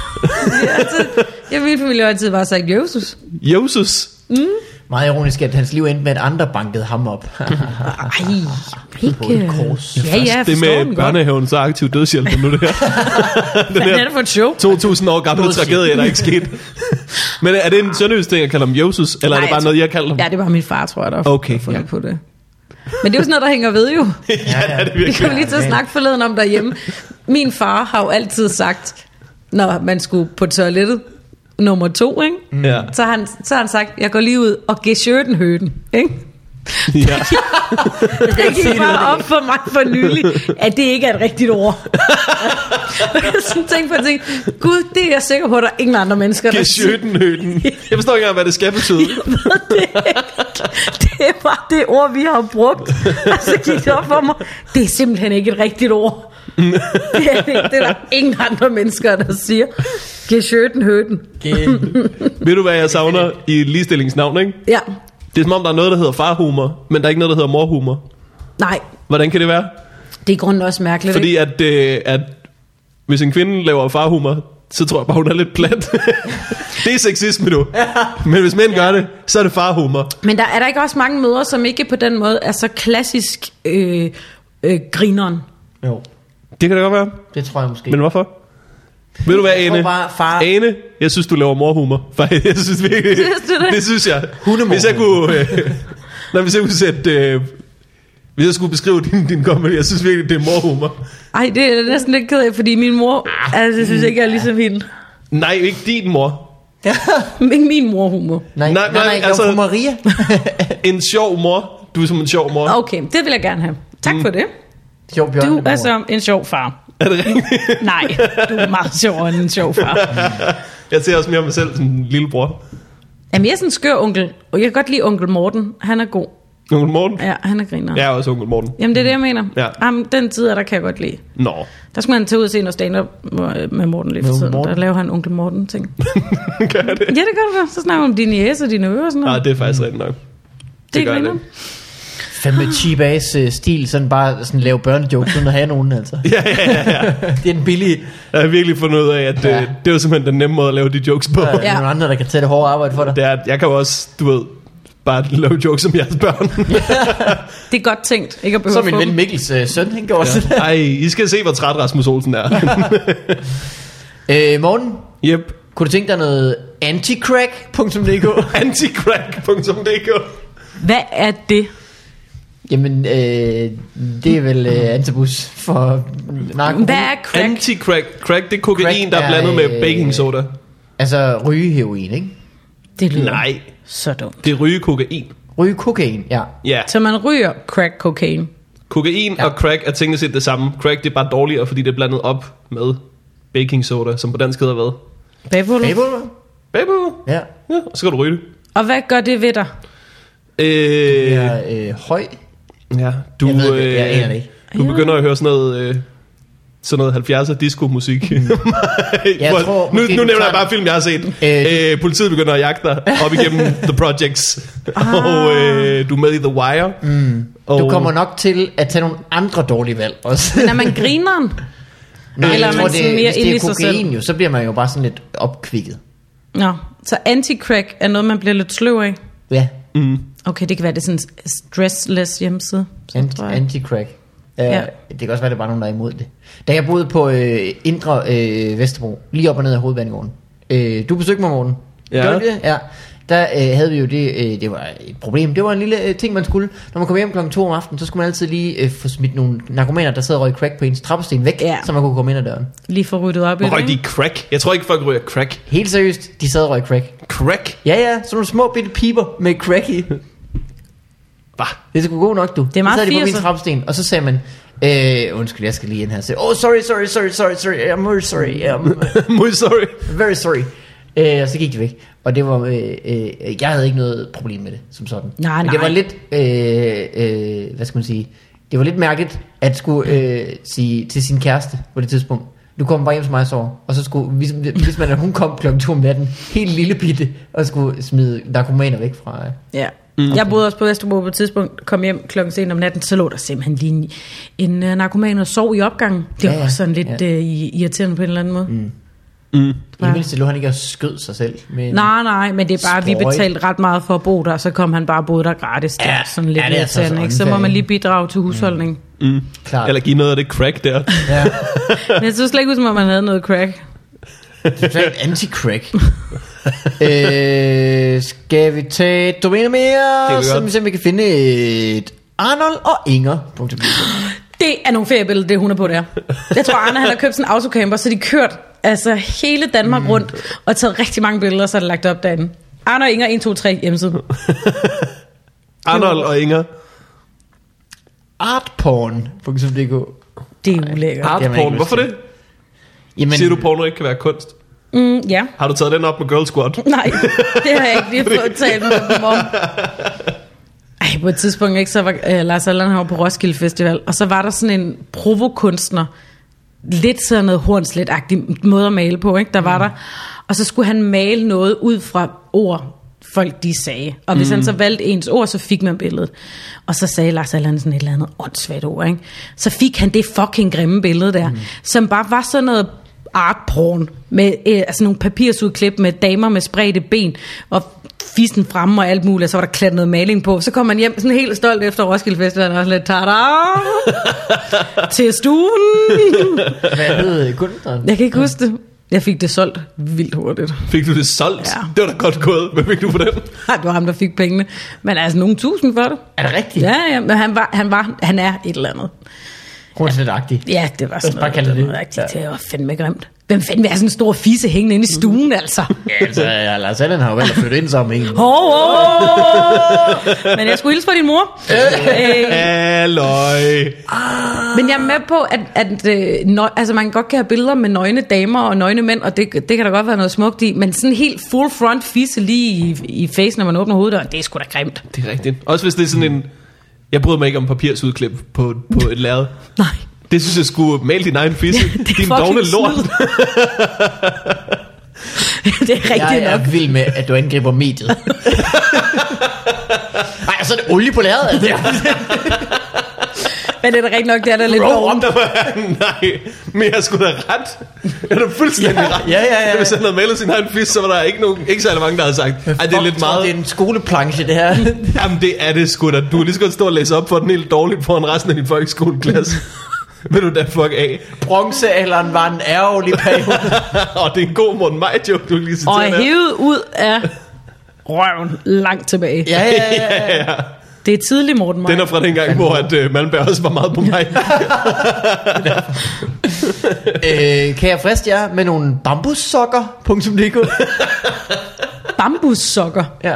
Min familie har altid bare sagt Jesus. Jesus? Meget ironisk, at hans liv endte med, at andre bankede ham op. Ej, ikke. kors. Ja, jeg Det forstår med den godt. børnehaven, så aktiv dødshjælp nu det her. Hvad er det for et show? 2000 år gamle tragedie, der ikke skete. Men er det en sønderjysk ting at kalde ham Jesus, eller er det bare noget, jeg kalder ham? Ja, det var min far, tror jeg, der Okay, fundet ja. på det. Men det er jo sådan noget, der hænger ved jo. Ja, det er det Vi virkelig. kan jo lige til at snakke forleden om derhjemme. Min far har jo altid sagt, når man skulle på toilettet, nummer 2, ikke? Ja. Så har han sagt, jeg går lige ud og geschøten høden, ikke? Ja. Det gik bare op for mig for nylig, at det ikke er et rigtigt ord. Og jeg sådan tænkte på, at jeg tænkte, gud, det er jeg sikker på, at der er ingen andre mennesker, der siger. Geschøtenhøden. Jeg forstår ikke engang, hvad det skal betyde. Det var det ord, vi har brugt. Og så gik det op for mig, det er simpelthen ikke et rigtigt ord. Det er der ingen andre mennesker, der siger. Geschøten høden. Ved du, hvad jeg savner i ligestillingsnavn, ikke? Ja, Det er som om, der er noget, der hedder farhumor, men der er ikke noget, der hedder morhumor. nej, Hvordan kan det være? det er i grunden også mærkeligt. Fordi Ikke? at hvis en kvinde laver farhumor, så tror jeg bare, hun er lidt plat. Det er sexisme, du. Men hvis mænd gør det, så er det farhumor. Men er der ikke også mange mødre, som ikke på den måde er så klassisk grineren? Jo, Det kan det godt være. det tror jeg måske. Men hvorfor? Ved du hvad, Jeg tror Ane? bare, far- Ane, jeg synes, du laver morhumor. Jeg synes virkelig, Synes du det? det synes jeg. Hundemor. Hvis jeg kunne... hvis jeg kunne sætte... hvis jeg skulle beskrive din comedy, jeg synes virkelig, det er morhumor. Ej, det er jeg næsten lidt ked af, fordi min mor, altså, jeg synes ikke, jeg er ligesom hende. Nej, ikke din mor. Ikke min morhumor. Nej, Nej, nej, altså- altså... Maria. En sjov mor, Du er som en sjov mor. Okay, det vil jeg gerne have. Tak for det. Sjov bjørn. Du er som en sjov far. Er det rigtigt? Nej, du er meget sjovere end en sjov far. Jeg ser også mere mig selv som en lillebror. Jamen, jeg er sådan en skør onkel, og jeg kan godt lide onkel Morten. Han er god. Onkel Morten? Ja, han er griner. Jeg er også onkel Morten. Jamen, det er det, jeg mener. Ja. Jamen, den tid, der kan jeg godt lide. Nå. Der skal man tage ud og se noget stand-up med Morten lige for Med tiden. Morten? Der laver han onkel Morten-ting. Gør jeg det? Ja, det gør du da. Så snakker vi om dine jæs og dine ører og sådan noget. Nej, det er faktisk rigtigt nok. det gør jeg griner. Fandme cheap ass stil, sådan bare sådan lave børnejokes, uden at have nogen, altså. Ja. Det er en billig... Jeg har virkelig fundet ud af, at det er jo simpelthen den nemme måde at lave de jokes på. Der er Ja. nogle andre, der kan tage det hårde arbejde for dig. Det er, at jeg kan jo også, du ved, bare lave jokes som jeres børn. Det er godt tænkt. Ikke at behøve Så at min få ven dem. Mikkels søn, han gjorde også det. Ej, I skal se, hvor træt Rasmus Olsen er. Morten, Yep. kunne du tænke dig noget anticrack.dk? Anticrack.dk. Hvad er det? Jamen, det er vel antibus for narko. Hvad er crack? Anti-crack. Crack, det er kokain, Crack der er blandet med baking soda. Altså rygeheroin, ikke? Det lyder Nej, så dumt. det er rygekokain. Rygekokain, ja. Ja, Så man ryger crack cocaine. kokain og crack er tingene set det samme. Crack, det er bare dårligere, fordi det er blandet op med baking soda, som på dansk hedder hvad? Babel. Baby. Ja. Ja, og så skal du ryge det. Og hvad gør det ved dig? Ja, høj. Ja, du, Jeg ved det, jeg aner det ikke. du begynder at høre sådan noget 70'er disco-musik. Jeg tror, nu måske du nævner tager- jeg bare film, jeg har set. Politiet begynder at jagte dig op igennem The Projects. Og du er med i The Wire. Og Du kommer nok til at tage nogle andre dårlige valg også. Men er man grineren? Nej, Eller jeg er tror, man sådan mere hvis inde det i er sig selv? kokain jo, så bliver man jo bare sådan lidt opkvikket. Nå, så anti-crack er noget, man bliver lidt sløv af. Ja, Okay, det kan være, det er sådan en stressless hjemmeside. Så tror jeg. anti-crack. Ja. Det kan også være, det er bare nogen, der er imod det. Da jeg boede på Indre Vesterbro, lige op og ned af Hovedbanegården. Du besøgte mig, Morten. Ja. Gjorde du det? Ja. Der havde vi jo det, det var et problem. Det var en lille ting, man skulle. Når man kom hjem klokken 2 om aftenen, så skulle man altid lige få smidt nogle narkomaner, der sad og røg crack på ens trappesten væk, Ja. så man kunne komme ind ad døren. Lige få ryddet op i Hvor det, røg de ikke? crack? Jeg tror ikke, folk ryger crack. Helt seriøst, de sad og røg crack. Crack? Ja, ja, sådan nogle små bitte piber med crack i. Hvad? Det er sgu god nok, du. Det er meget så sad de på min 80'er. trappesten, og så sagde man, undskyld, jeg skal lige ind her. Så, sorry, I'm very sorry. Muy sorry. Very sorry. Og så gik de væk. Og det var, jeg havde ikke noget problem med det, som sådan. Nej, Men det var nej. lidt, hvad skal man sige, det var lidt mærkeligt, at skulle sige til sin kæreste på det tidspunkt, du kommer bare hjem til mig og sover. Og så skulle, hvis man, at hun kom klokken 2 om natten, helt lille bitte, og skulle smide narkomaner væk fra... Ja. Jeg boede også på Vesterbro på et tidspunkt, kom hjem klokken sen om natten, så lå der simpelthen lige en narkoman og sov i opgangen. Det var Ja, ja. også sådan lidt irriterende på en eller anden måde. I det mindste lå han ikke og skød sig selv. Med Nej, men det er bare, at vi Sprøjt. betalte ret meget for at bo der, så kom han bare og boede der gratis. Det Ja, er sådan lidt ja, det er altså irriterende, ikke? Så må åndssvagt. man lige bidrage til husholdning. Klart. Eller give noget af det crack der. Ja. Men jeg synes slet ikke ud, som om man havde noget crack. Totalt anti-crack. Skal vi tage et domæne Det mere, kan vi så godt. vi se, om vi kan finde et Arnold og Inger. Det er nogle feriebilleder, det hun er på der. Jeg tror, Arne han har købt sådan en autocamper, så de kørt altså hele Danmark rundt og taget rigtig mange billeder, så er det lagt op derinde. Arne og Inger 1, 2, 3 hjemmeside. Arnold og Inger. Artporn.dk. Det er ulækkert. Art- Jamen, Artporn. ikke Hvorfor lyst det? Jamen, Siger du, porno ikke kan være kunst? Ja. Har du taget den op med Girl Squad? Nej, det har jeg ikke lige fået talt med dem om. Ej, på et tidspunkt, ikke, så var Lars Allan her på Roskilde Festival, og så var der sådan en provokunstner, lidt sådan noget hornslet-agtig måde at male på, ikke? Der var der. Og så skulle han male noget ud fra ord, folk de sagde. Og hvis han så valgte ens ord, så fik man billedet. Og så sagde Lars Allan sådan et eller andet åndssvagt ord, ikke? Så fik han det fucking grimme billede der, som bare var sådan noget artporn, med altså nogle papirsudklip med damer med spredte ben, og fissen fremme og alt muligt, og så var der klædt noget maling på. Så kom man hjem sådan helt stolt efter Roskilde Festival, og også lidt tada til stuen. hvad hed kunstneren? Jeg kan ikke huske det. Jeg fik det solgt vildt hurtigt. Fik du det solgt? Ja. Det var da godt gået. Hvad fik du for den? Det var ham, der fik pengene. Men altså nogle tusind for det. Er det rigtigt? Ja, men han er et eller andet. Hornslet-agtig. Ja, det var sådan Bare kalde noget. det. Det var fandme grimt. Hvem fanden vil have sådan en stor fisse hængende inde i stuen, altså? Ja, altså, Lars Allan har jo valgt at flytte ind sammen med en. Men jeg skulle hilse fra din mor. Halløj. Men jeg er med på, at man godt kan have billeder med nøgne damer og nøgne mænd, og det kan der godt være noget smukt i, men sådan helt full front fisse lige i face, når man åbner hoveddøren, det er sgu da grimt. Det er rigtigt. Også hvis det er sådan en... Jeg bryder mig ikke om papirsudklip på et lærred. Nej. Det synes jeg skulle male din egen fisse. Ja, din dogne lort. Det er rigtigt Jeg er nok. vild med, at du angriber mediet. Nej, så er det olie på lærredet. Altså. Men det er da rigtigt nok, det er da lidt dårligt. Nej, men jeg skulle da ret. Jeg er da fuldstændig ret. Ja. Hvis han havde malet sin egen fisse, så var der ikke særlig mange, der havde sagt, ej, det er lidt meget. Det er en skoleplanche, det her. Jamen, det er det sgu da. Du er lige så godt stå og læse op for den helt dårligt foran resten af din folkeskoleklasse. Vil du da fuck af? Bronzealderen var en ærgerlig periode. Og det er en god Morten Maj-joke, du lige citerer. Og hævet ud af røven langt tilbage. Ja. Det er tidlig, Morten Maj. Den er fra den gang, hvor at, Malmberg også var meget på mig. Kan jeg friste jer med nogle bambussokker.dk? Bambussokker. Ja.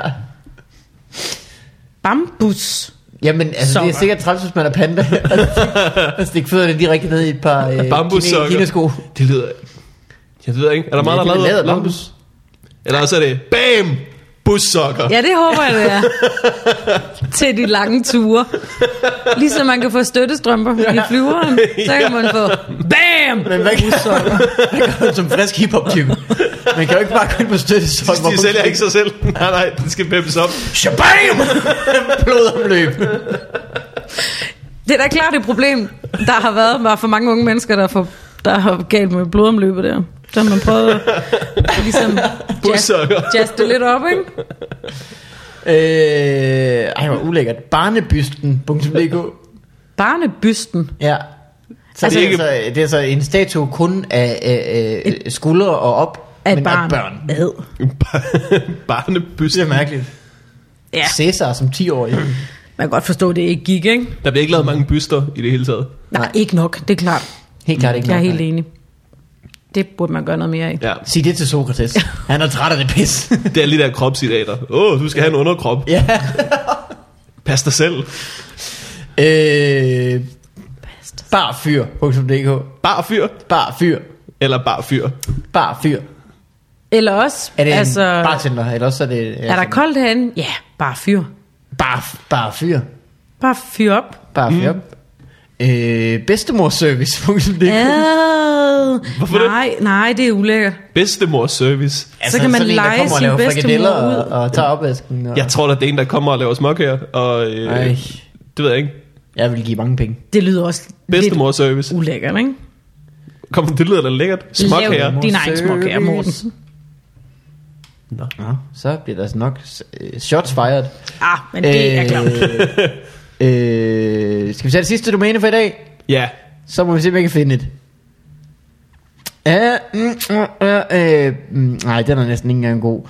Bambus. Jamen, altså det er Sokker. sikkert træls, hvis man er panda. Og stikke fødderne direkte ned i et par Bambussokker. kinesko. Det lyder... Jeg ved ikke. Er der meget, der lavet lavet bambus? Eller også er det BAM! Bussokker. Ja, det håber jeg, det er. Til de lange ture. Ligesom man kan få støttestrømper i flyveren, så kan man få BAM! Men hvad gør man som frisk hiphop-type? Man kan jo ikke bare gå ind på støttesokker. De sælger ikke sig selv. Nej, det skal peppes op. Shabam! Blodomløb. Det er da klart et problem, der har været for mange unge mennesker, der har galt med blodomløbet der. Så har man prøvet at ligesom jazz det lidt op, ikke? Ej, hvor ulækkert. Barnebysten.dk. Barnebysten. Ja. Så Altså, det er så en statue kun af skuldre og op, Af et men barn. af børn. Ad. Barnebys. Det er mærkeligt. Ja, Cæsar som 10-årig. man kan godt forstå, at det ikke gik, ikke? Der bliver ikke lavet mange byster i det hele taget. Nej, ikke nok, det er klart. Helt klart ikke Jeg er nok. helt enig. Det burde man gøre noget mere af. Ja. Sig det til Sokrates. Han er træt af det pis. Det er lige der kropsidater. Du skal have en underkrop. Ja. Pas dig selv. Barfyr.dk. Bar fyr. Barfyr. Eller bar fyr. Barfyr. Eller også, Er det altså, en bartender, eller også er det... er der koldt herinde? Ja, bare fyr. Barfyr. Bare fyr op. Barfyr. Bedstemorservice.dk. Hvorfor det? Nej, det er ulækkert. Bedstemors service. Så kan man sådan en, der leje kommer og sin laver bedstemor frikadeller ud. og tager opvasken. Og... Jeg tror da, det er en, der kommer og laver småkager. Og Ej, det ved jeg ikke. jeg vil give mange penge. Det lyder også Bedstemors service. lidt ulækkert, ikke? Det lyder da lækkert. Småkager. Lav din egen småkager, Morten. Nå. Nå, så bliver der nok shots fired. Men det er klart. Skal vi tage det sidste domæne for i dag? Ja. Så må vi se, om jeg kan finde et. Nej, den er næsten ikke engang god.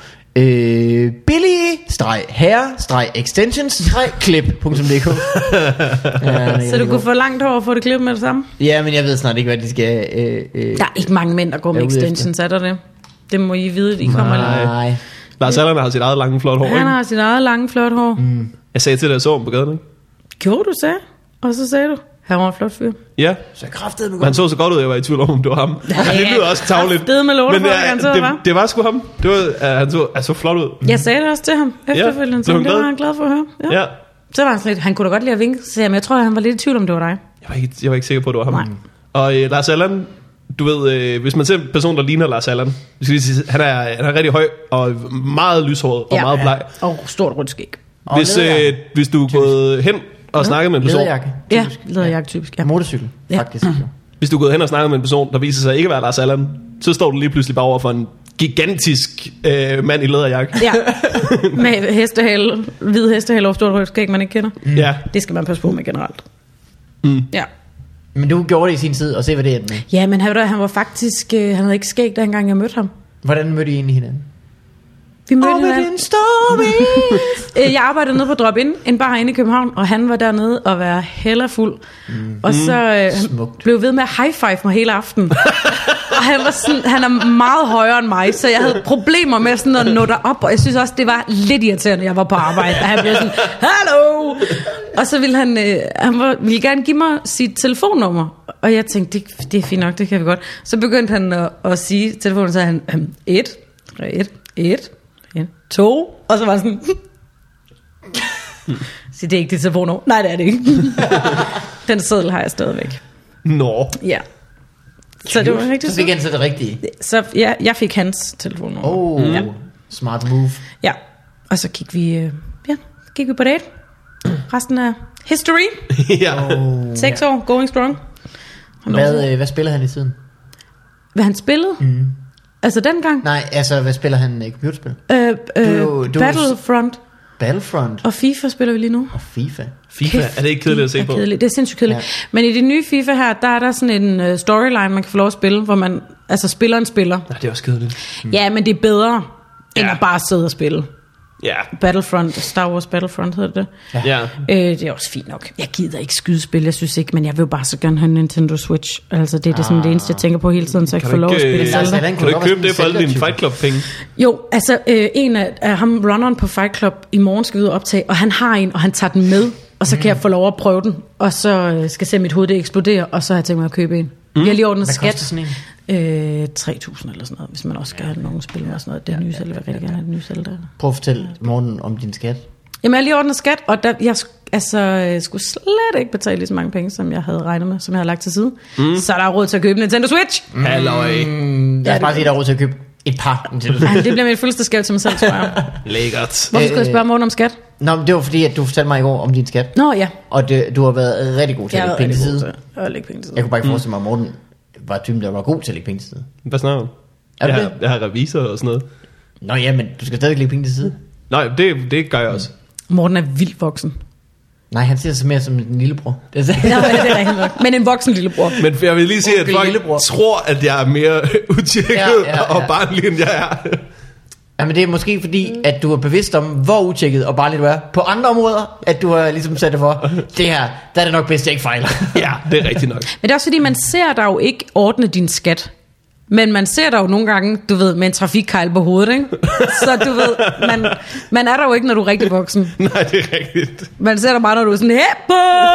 billige-herre-extensions-klip.dk. Så du kunne få langt hår og få det klippet med det samme? Ja, men jeg ved snart ikke, hvad de skal... Der er ikke mange mænd, der går med er ude extensions, er der det? Det må I vide, de kommer lige. Nej. Lars Allan har sit eget lange, flot hår, Han ikke? har sit eget lange, flot hår. Jeg sagde til dig, at jeg så ham på gaden, ikke? Gjorde du så? Og så sagde du, han var en flot fyr. Ja. Så jeg kraftede Men han så så godt ud, jeg var i tvivl om det var ham. Det lyder også tavligt. Det med lortet, han så var. det var sgu ham. Det var, han så flot ud. Jeg sagde det også til ham efterfølgende, så blev han det var glad? han glad for at høre. Ja. Så var han sådan lidt, han kunne da godt lide at vinke, så jeg tror, han var lidt i tvivl om, det var dig. Jeg var ikke sikker på, at det var ham. Nej. Og Lars Allan, du ved, hvis man ser en person, der ligner Lars Allan, han er rigtig høj og meget lyshåret og meget bleg. Og stort rødt skæg. Hvis du er gået hen og snakket med en person, Lederjakke. Ja, lederjakke typisk. Ja. Motorcykel, faktisk. hvis du er gået hen og snakket med en person, der viser sig ikke at være Lars Allan, så står du lige pludselig bare over for en gigantisk mand i læderjakke. Ja, med hestehale, hvid hestehale og stort rødt skæg, man ikke kender. Ja. Det skal man passe på med generelt. Ja. Men du gjorde det i sin tid, og se hvad det endte med. Ja, men han var faktisk, han havde ikke skæg, da engang jeg mødte ham. Hvordan mødte I egentlig hinanden? Vi mødte hinanden. Jeg arbejdede nede på Drop-In, en bar inde i København, og han var dernede og var hellerfuld. Og så han blev ved med at high-five mig hele aftenen. Og han er meget højere end mig, så jeg havde problemer med sådan at nå derop, og jeg synes også, det var lidt irriterende, jeg var på arbejde, og han blev sådan, hallo! Og så ville han ville gerne give mig sit telefonnummer, og jeg tænkte, det er fint nok, det kan vi godt. Så begyndte han at sige telefonen, så han 1, 2, og så var sådan, så det er ikke dit telefonnummer. Nej, det er det ikke. Den seddel har jeg stadigvæk. Nå. Ja. Så det var rigtig så fik han så det rigtige. Så ja, jeg fik hans telefonnummer. Ja. Smart move. Ja, og så gik vi på date. Resten af history. Ja. 6 år, going strong. Hvad spiller han i tiden? Hvad han spillede? Altså dengang? Nej, altså hvad spiller han i computerspil? Battlefront. Og FIFA spiller vi lige nu. Og FIFA. FIFA, er det ikke kedeligt at se på? Kedeligt. Det er sindssygt kedeligt. Ja. Men i det nye FIFA her, der er der sådan en storyline, man kan få lov at spille, hvor man, altså spilleren spiller. Nej, det er også kedeligt. Ja, men det er bedre, end at bare sidde og spille. Ja. Battlefront, Star Wars Battlefront hedder det. Ja. Det er også fint nok. Jeg gider ikke skydespil, jeg synes ikke, men jeg vil bare så gerne have en Nintendo Switch. Altså det er det, det eneste, jeg tænker på hele tiden, så jeg kan få lov at spille Zelda. Kan du ikke købe det for alle dine Fight Club penge? Jo, altså en af ham, runneren på Fight Club, i morgen skal vi ud og optage, og han har en, og han tager den med, og så kan jeg få lov at prøve den, og så skal se mit hoved det eksplodere, og så har jeg tænkt mig at købe en. Jeg har lige ordnet skat. Hvad koster sådan en? 3.000 eller sådan noget, hvis man også skal have nogle spil og sådan noget. Det er nye Zelda, jeg vil rigtig gerne have det nye Zelda. Prøv at fortælle morgen om din skat. Jamen jeg har lige ordnet skat, og jeg skulle slet ikke betale lige så mange penge, som jeg havde regnet med, som jeg havde lagt til side. Så er der råd til at købe Nintendo Switch. Halløj. Jeg skal bare sige, der er råd til at købe et par Nintendo Switch. Det bliver mit fuldste skæv til mig selv, tror jeg. Lækkert. Hvorfor skulle jeg spørge morgen om skat? Nå, men det var fordi, at du fortalte mig i går om din skat. Nå ja. Og du har været rigtig god til at lægge penge til side. Jeg kunne bare ikke forestille mig, at Morten var typen, der var god til at lægge penge til side. Hvad snakker du? Jeg har revisor og sådan noget. Nå ja, men du skal stadig lægge penge til side. Nej, det gør jeg også. Morten er vildt voksen. Nej, han ser sig mere som en lillebror. Det er rigtigt nok. Men en voksen lillebror. Men jeg vil lige sige, at folk tror, at jeg er mere utjekket og barnlig, end jeg er. Jamen det er måske fordi, at du er bevidst om, hvor utjekket og barnligt du er. På andre områder, at du har ligesom sat det for, det her, der er det nok bedst, jeg ikke fejler. Ja, det er rigtigt nok. Men det er også fordi, man ser dig jo ikke ordne din skat. Men man ser dig jo nogle gange, du ved, med en trafikkejl på hovedet, ikke? Så du ved, man er der jo ikke, når du er rigtig voksen. Nej, det er rigtigt. Man ser dig bare, når du er sådan, heppo!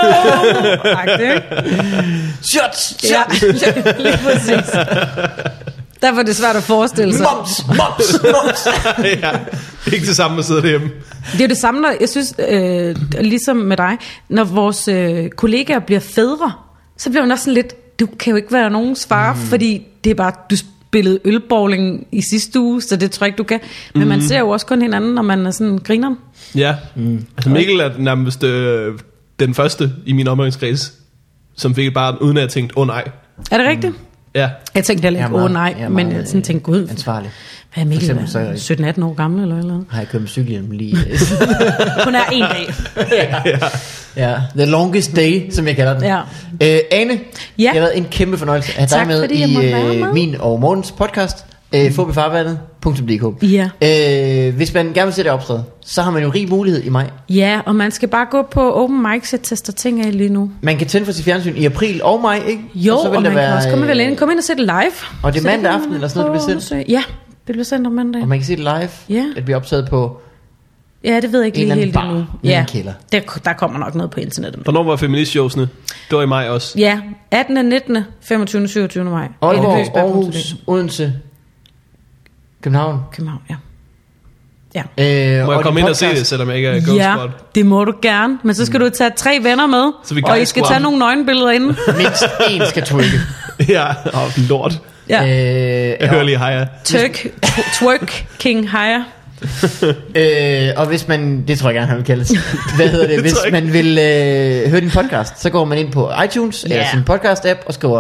Shots! Ja, lige præcis. Derfor er det svært at forestille sig. Moms! Ja, ikke det samme at sidde derhjemme. Det er jo det samme, når, jeg synes, ligesom med dig, når vores kollegaer bliver fædre, så bliver man også sådan lidt, du kan jo ikke være nogens far, fordi det er bare, du spillede ølbowling i sidste uge, så det tror jeg ikke, du kan. Men man ser jo også kun hinanden, når man er sådan griner. Ja, altså Mikkel er nærmest den første i min omgangskreds, som fik et barn, uden at jeg tænkte, nej. Er det rigtigt? Ja. Jeg tænkte heller ikke, nej, men jeg sådan tænkte, gud, ansvarlig. Hvad er Mikkel, 17-18 år gammel eller noget? Har jeg kørt med cykelhjelm lige? Kun er en dag. Ja, the longest day, som jeg kalder den. Ja. Ane, det har været en kæmpe fornøjelse at have dig med i min og Mortens podcast, fobifarvandet.dk. Ja. Hvis man gerne vil se det optræde, så har man jo rig mulighed i maj. Ja, og man skal bare gå på open mics og teste ting af lige nu. Man kan tænde for sit fjernsyn i april og maj, ikke? Jo, og man kan også komme ind og se det live. Og det er mandag aften eller sådan noget, det bliver sendt? Ja, det bliver sendt om mandag. Og man kan se det live, at det bliver optaget på... Ja, det ved jeg ikke lige helt endnu. Ja, kælder. Der kommer nok noget på internettet. Hvornår var feministshowsene? Det var i maj også. Ja, 18., 19., 25., 27. maj. Aalborg, Aarhus, Odense, København. Ja. Må jeg komme ind og se det, selvom jeg ikke er GoSpot? Ja, det må du gerne. Men så skal du tage 3 venner med, og I skal tage nogle nøgenbilleder inden. Mindst én skal trykke. Ja, lort. Ja. Jeg hører lige Haya. Twerk King Haya. Og hvis man, det tror jeg gerne han vil kaldes. Hvad hedder det? Hvis man vil høre din podcast, så går man ind på iTunes eller sin podcast app og skriver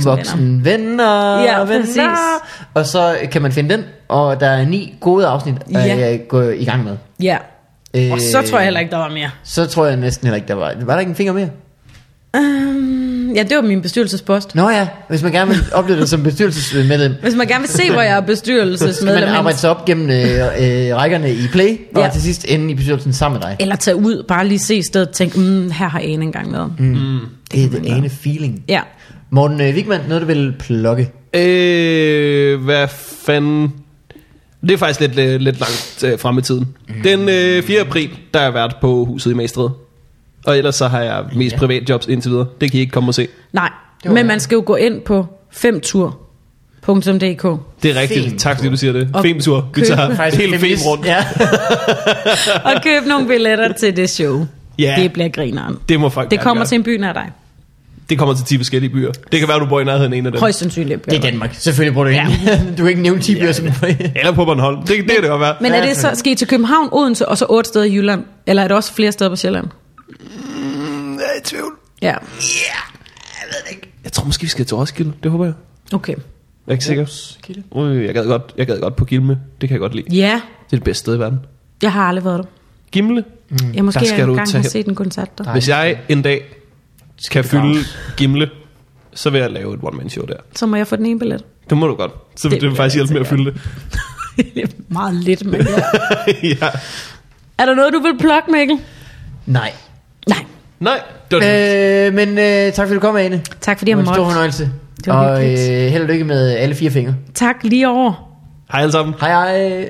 Voksenvenner. Og så kan man finde den. Og der er 9 gode afsnit at gå i gang med. Ja. Og så tror jeg heller ikke der var mere. Så tror jeg næsten heller ikke der var. Var der ikke en finger mere? Ja, det var min bestyrelsespost. Nå ja, hvis man gerne vil opleve det som bestyrelsesmedlem, Hvis man gerne vil se, hvor jeg er så skal bestyrelsesmedlem, man arbejde sig op gennem rækkerne i Play, og Ja. til sidst ende i bestyrelsen sammen med dig. eller tage ud, bare lige se stedet og tænke, her har Ane engang været. Det er den ene feeling. Ja. Morten Wigman, noget du vil plukke? Hvad fanden... Det er faktisk lidt langt frem i tiden. Den 4. april, der har jeg været på huset i Magstred. Og ellers så har jeg mest privatjobs indtil videre. Det kan I ikke komme og se. Nej, men man skal jo gå ind på femtur.dk. Det er rigtigt. Femtur. Tak fordi du siger det. Og Femtur. Vi købe- tager Faktisk helt fem feminist. rundt. Ja. Og køb nogle billetter til det show. Ja. Det bliver grineren. Det må folk Det gerne kommer gøre. til en by nær dig. Det kommer til 10 forskellige byer. Det kan være, du bor i nærheden af en af dem. Højst sandsynligt. Det er Danmark. Selvfølgelig bruger du ikke. Du kan ikke nævne 10 byer som Eller på Bornholm. Det kan det godt være. Men er det så, skal I til København, Odense og så 8 steder i Jylland? Eller er det også flere steder på Sjælland? Jeg er i tvivl. Ja, Jeg tror måske, vi skal til Roskilde. Det håber jeg. okay. Jeg er ikke sikker. Jeg gad godt på Gimle. Det kan jeg godt lide. Ja, Det er det bedste sted i verden. jeg har aldrig været der. Gimle. Jeg måske Der skal du engang tage har hen. set en koncert der. Hvis jeg en dag kan fylde Gimle, så vil jeg lave et one-man-show der. Så må jeg få den ene billet. Det må du godt. Så vil Det det faktisk vil hjælpe med jeg at fylde det. Meget lidt, men ja. Ja. Er der noget, du vil plukke, Mikkel? Nej. Nej. Nej, det var det. Men tak fordi du kom, Ane. Tak fordi Det jeg var en stor måtte. fornøjelse. Det var Og hyggeligt. held og lykke med alle 4 fingre. Tak lige over. Hej alle sammen. Hej hej.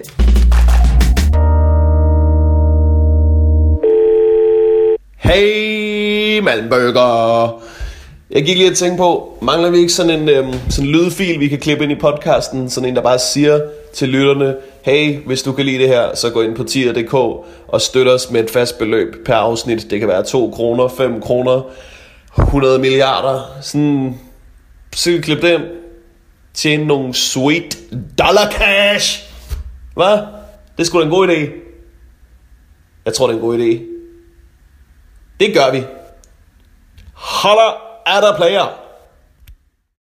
Hey Malmbøger. Jeg gik lige at tænke på, mangler vi ikke sådan en sådan lydfil, vi kan klippe ind i podcasten, sådan en, der bare siger til lytterne, hey, hvis du kan lide det her, så gå ind på tier.dk og støt os med et fast beløb per afsnit. Det kan være 2 kroner, 5 kroner, 100 milliarder. Sådan, så kan vi klippe det ind. Tjene nogle sweet dollar cash. Hvad? Det er sgu da en god idé. Jeg tror, det er en god idé. Det gør vi. Holler er der player.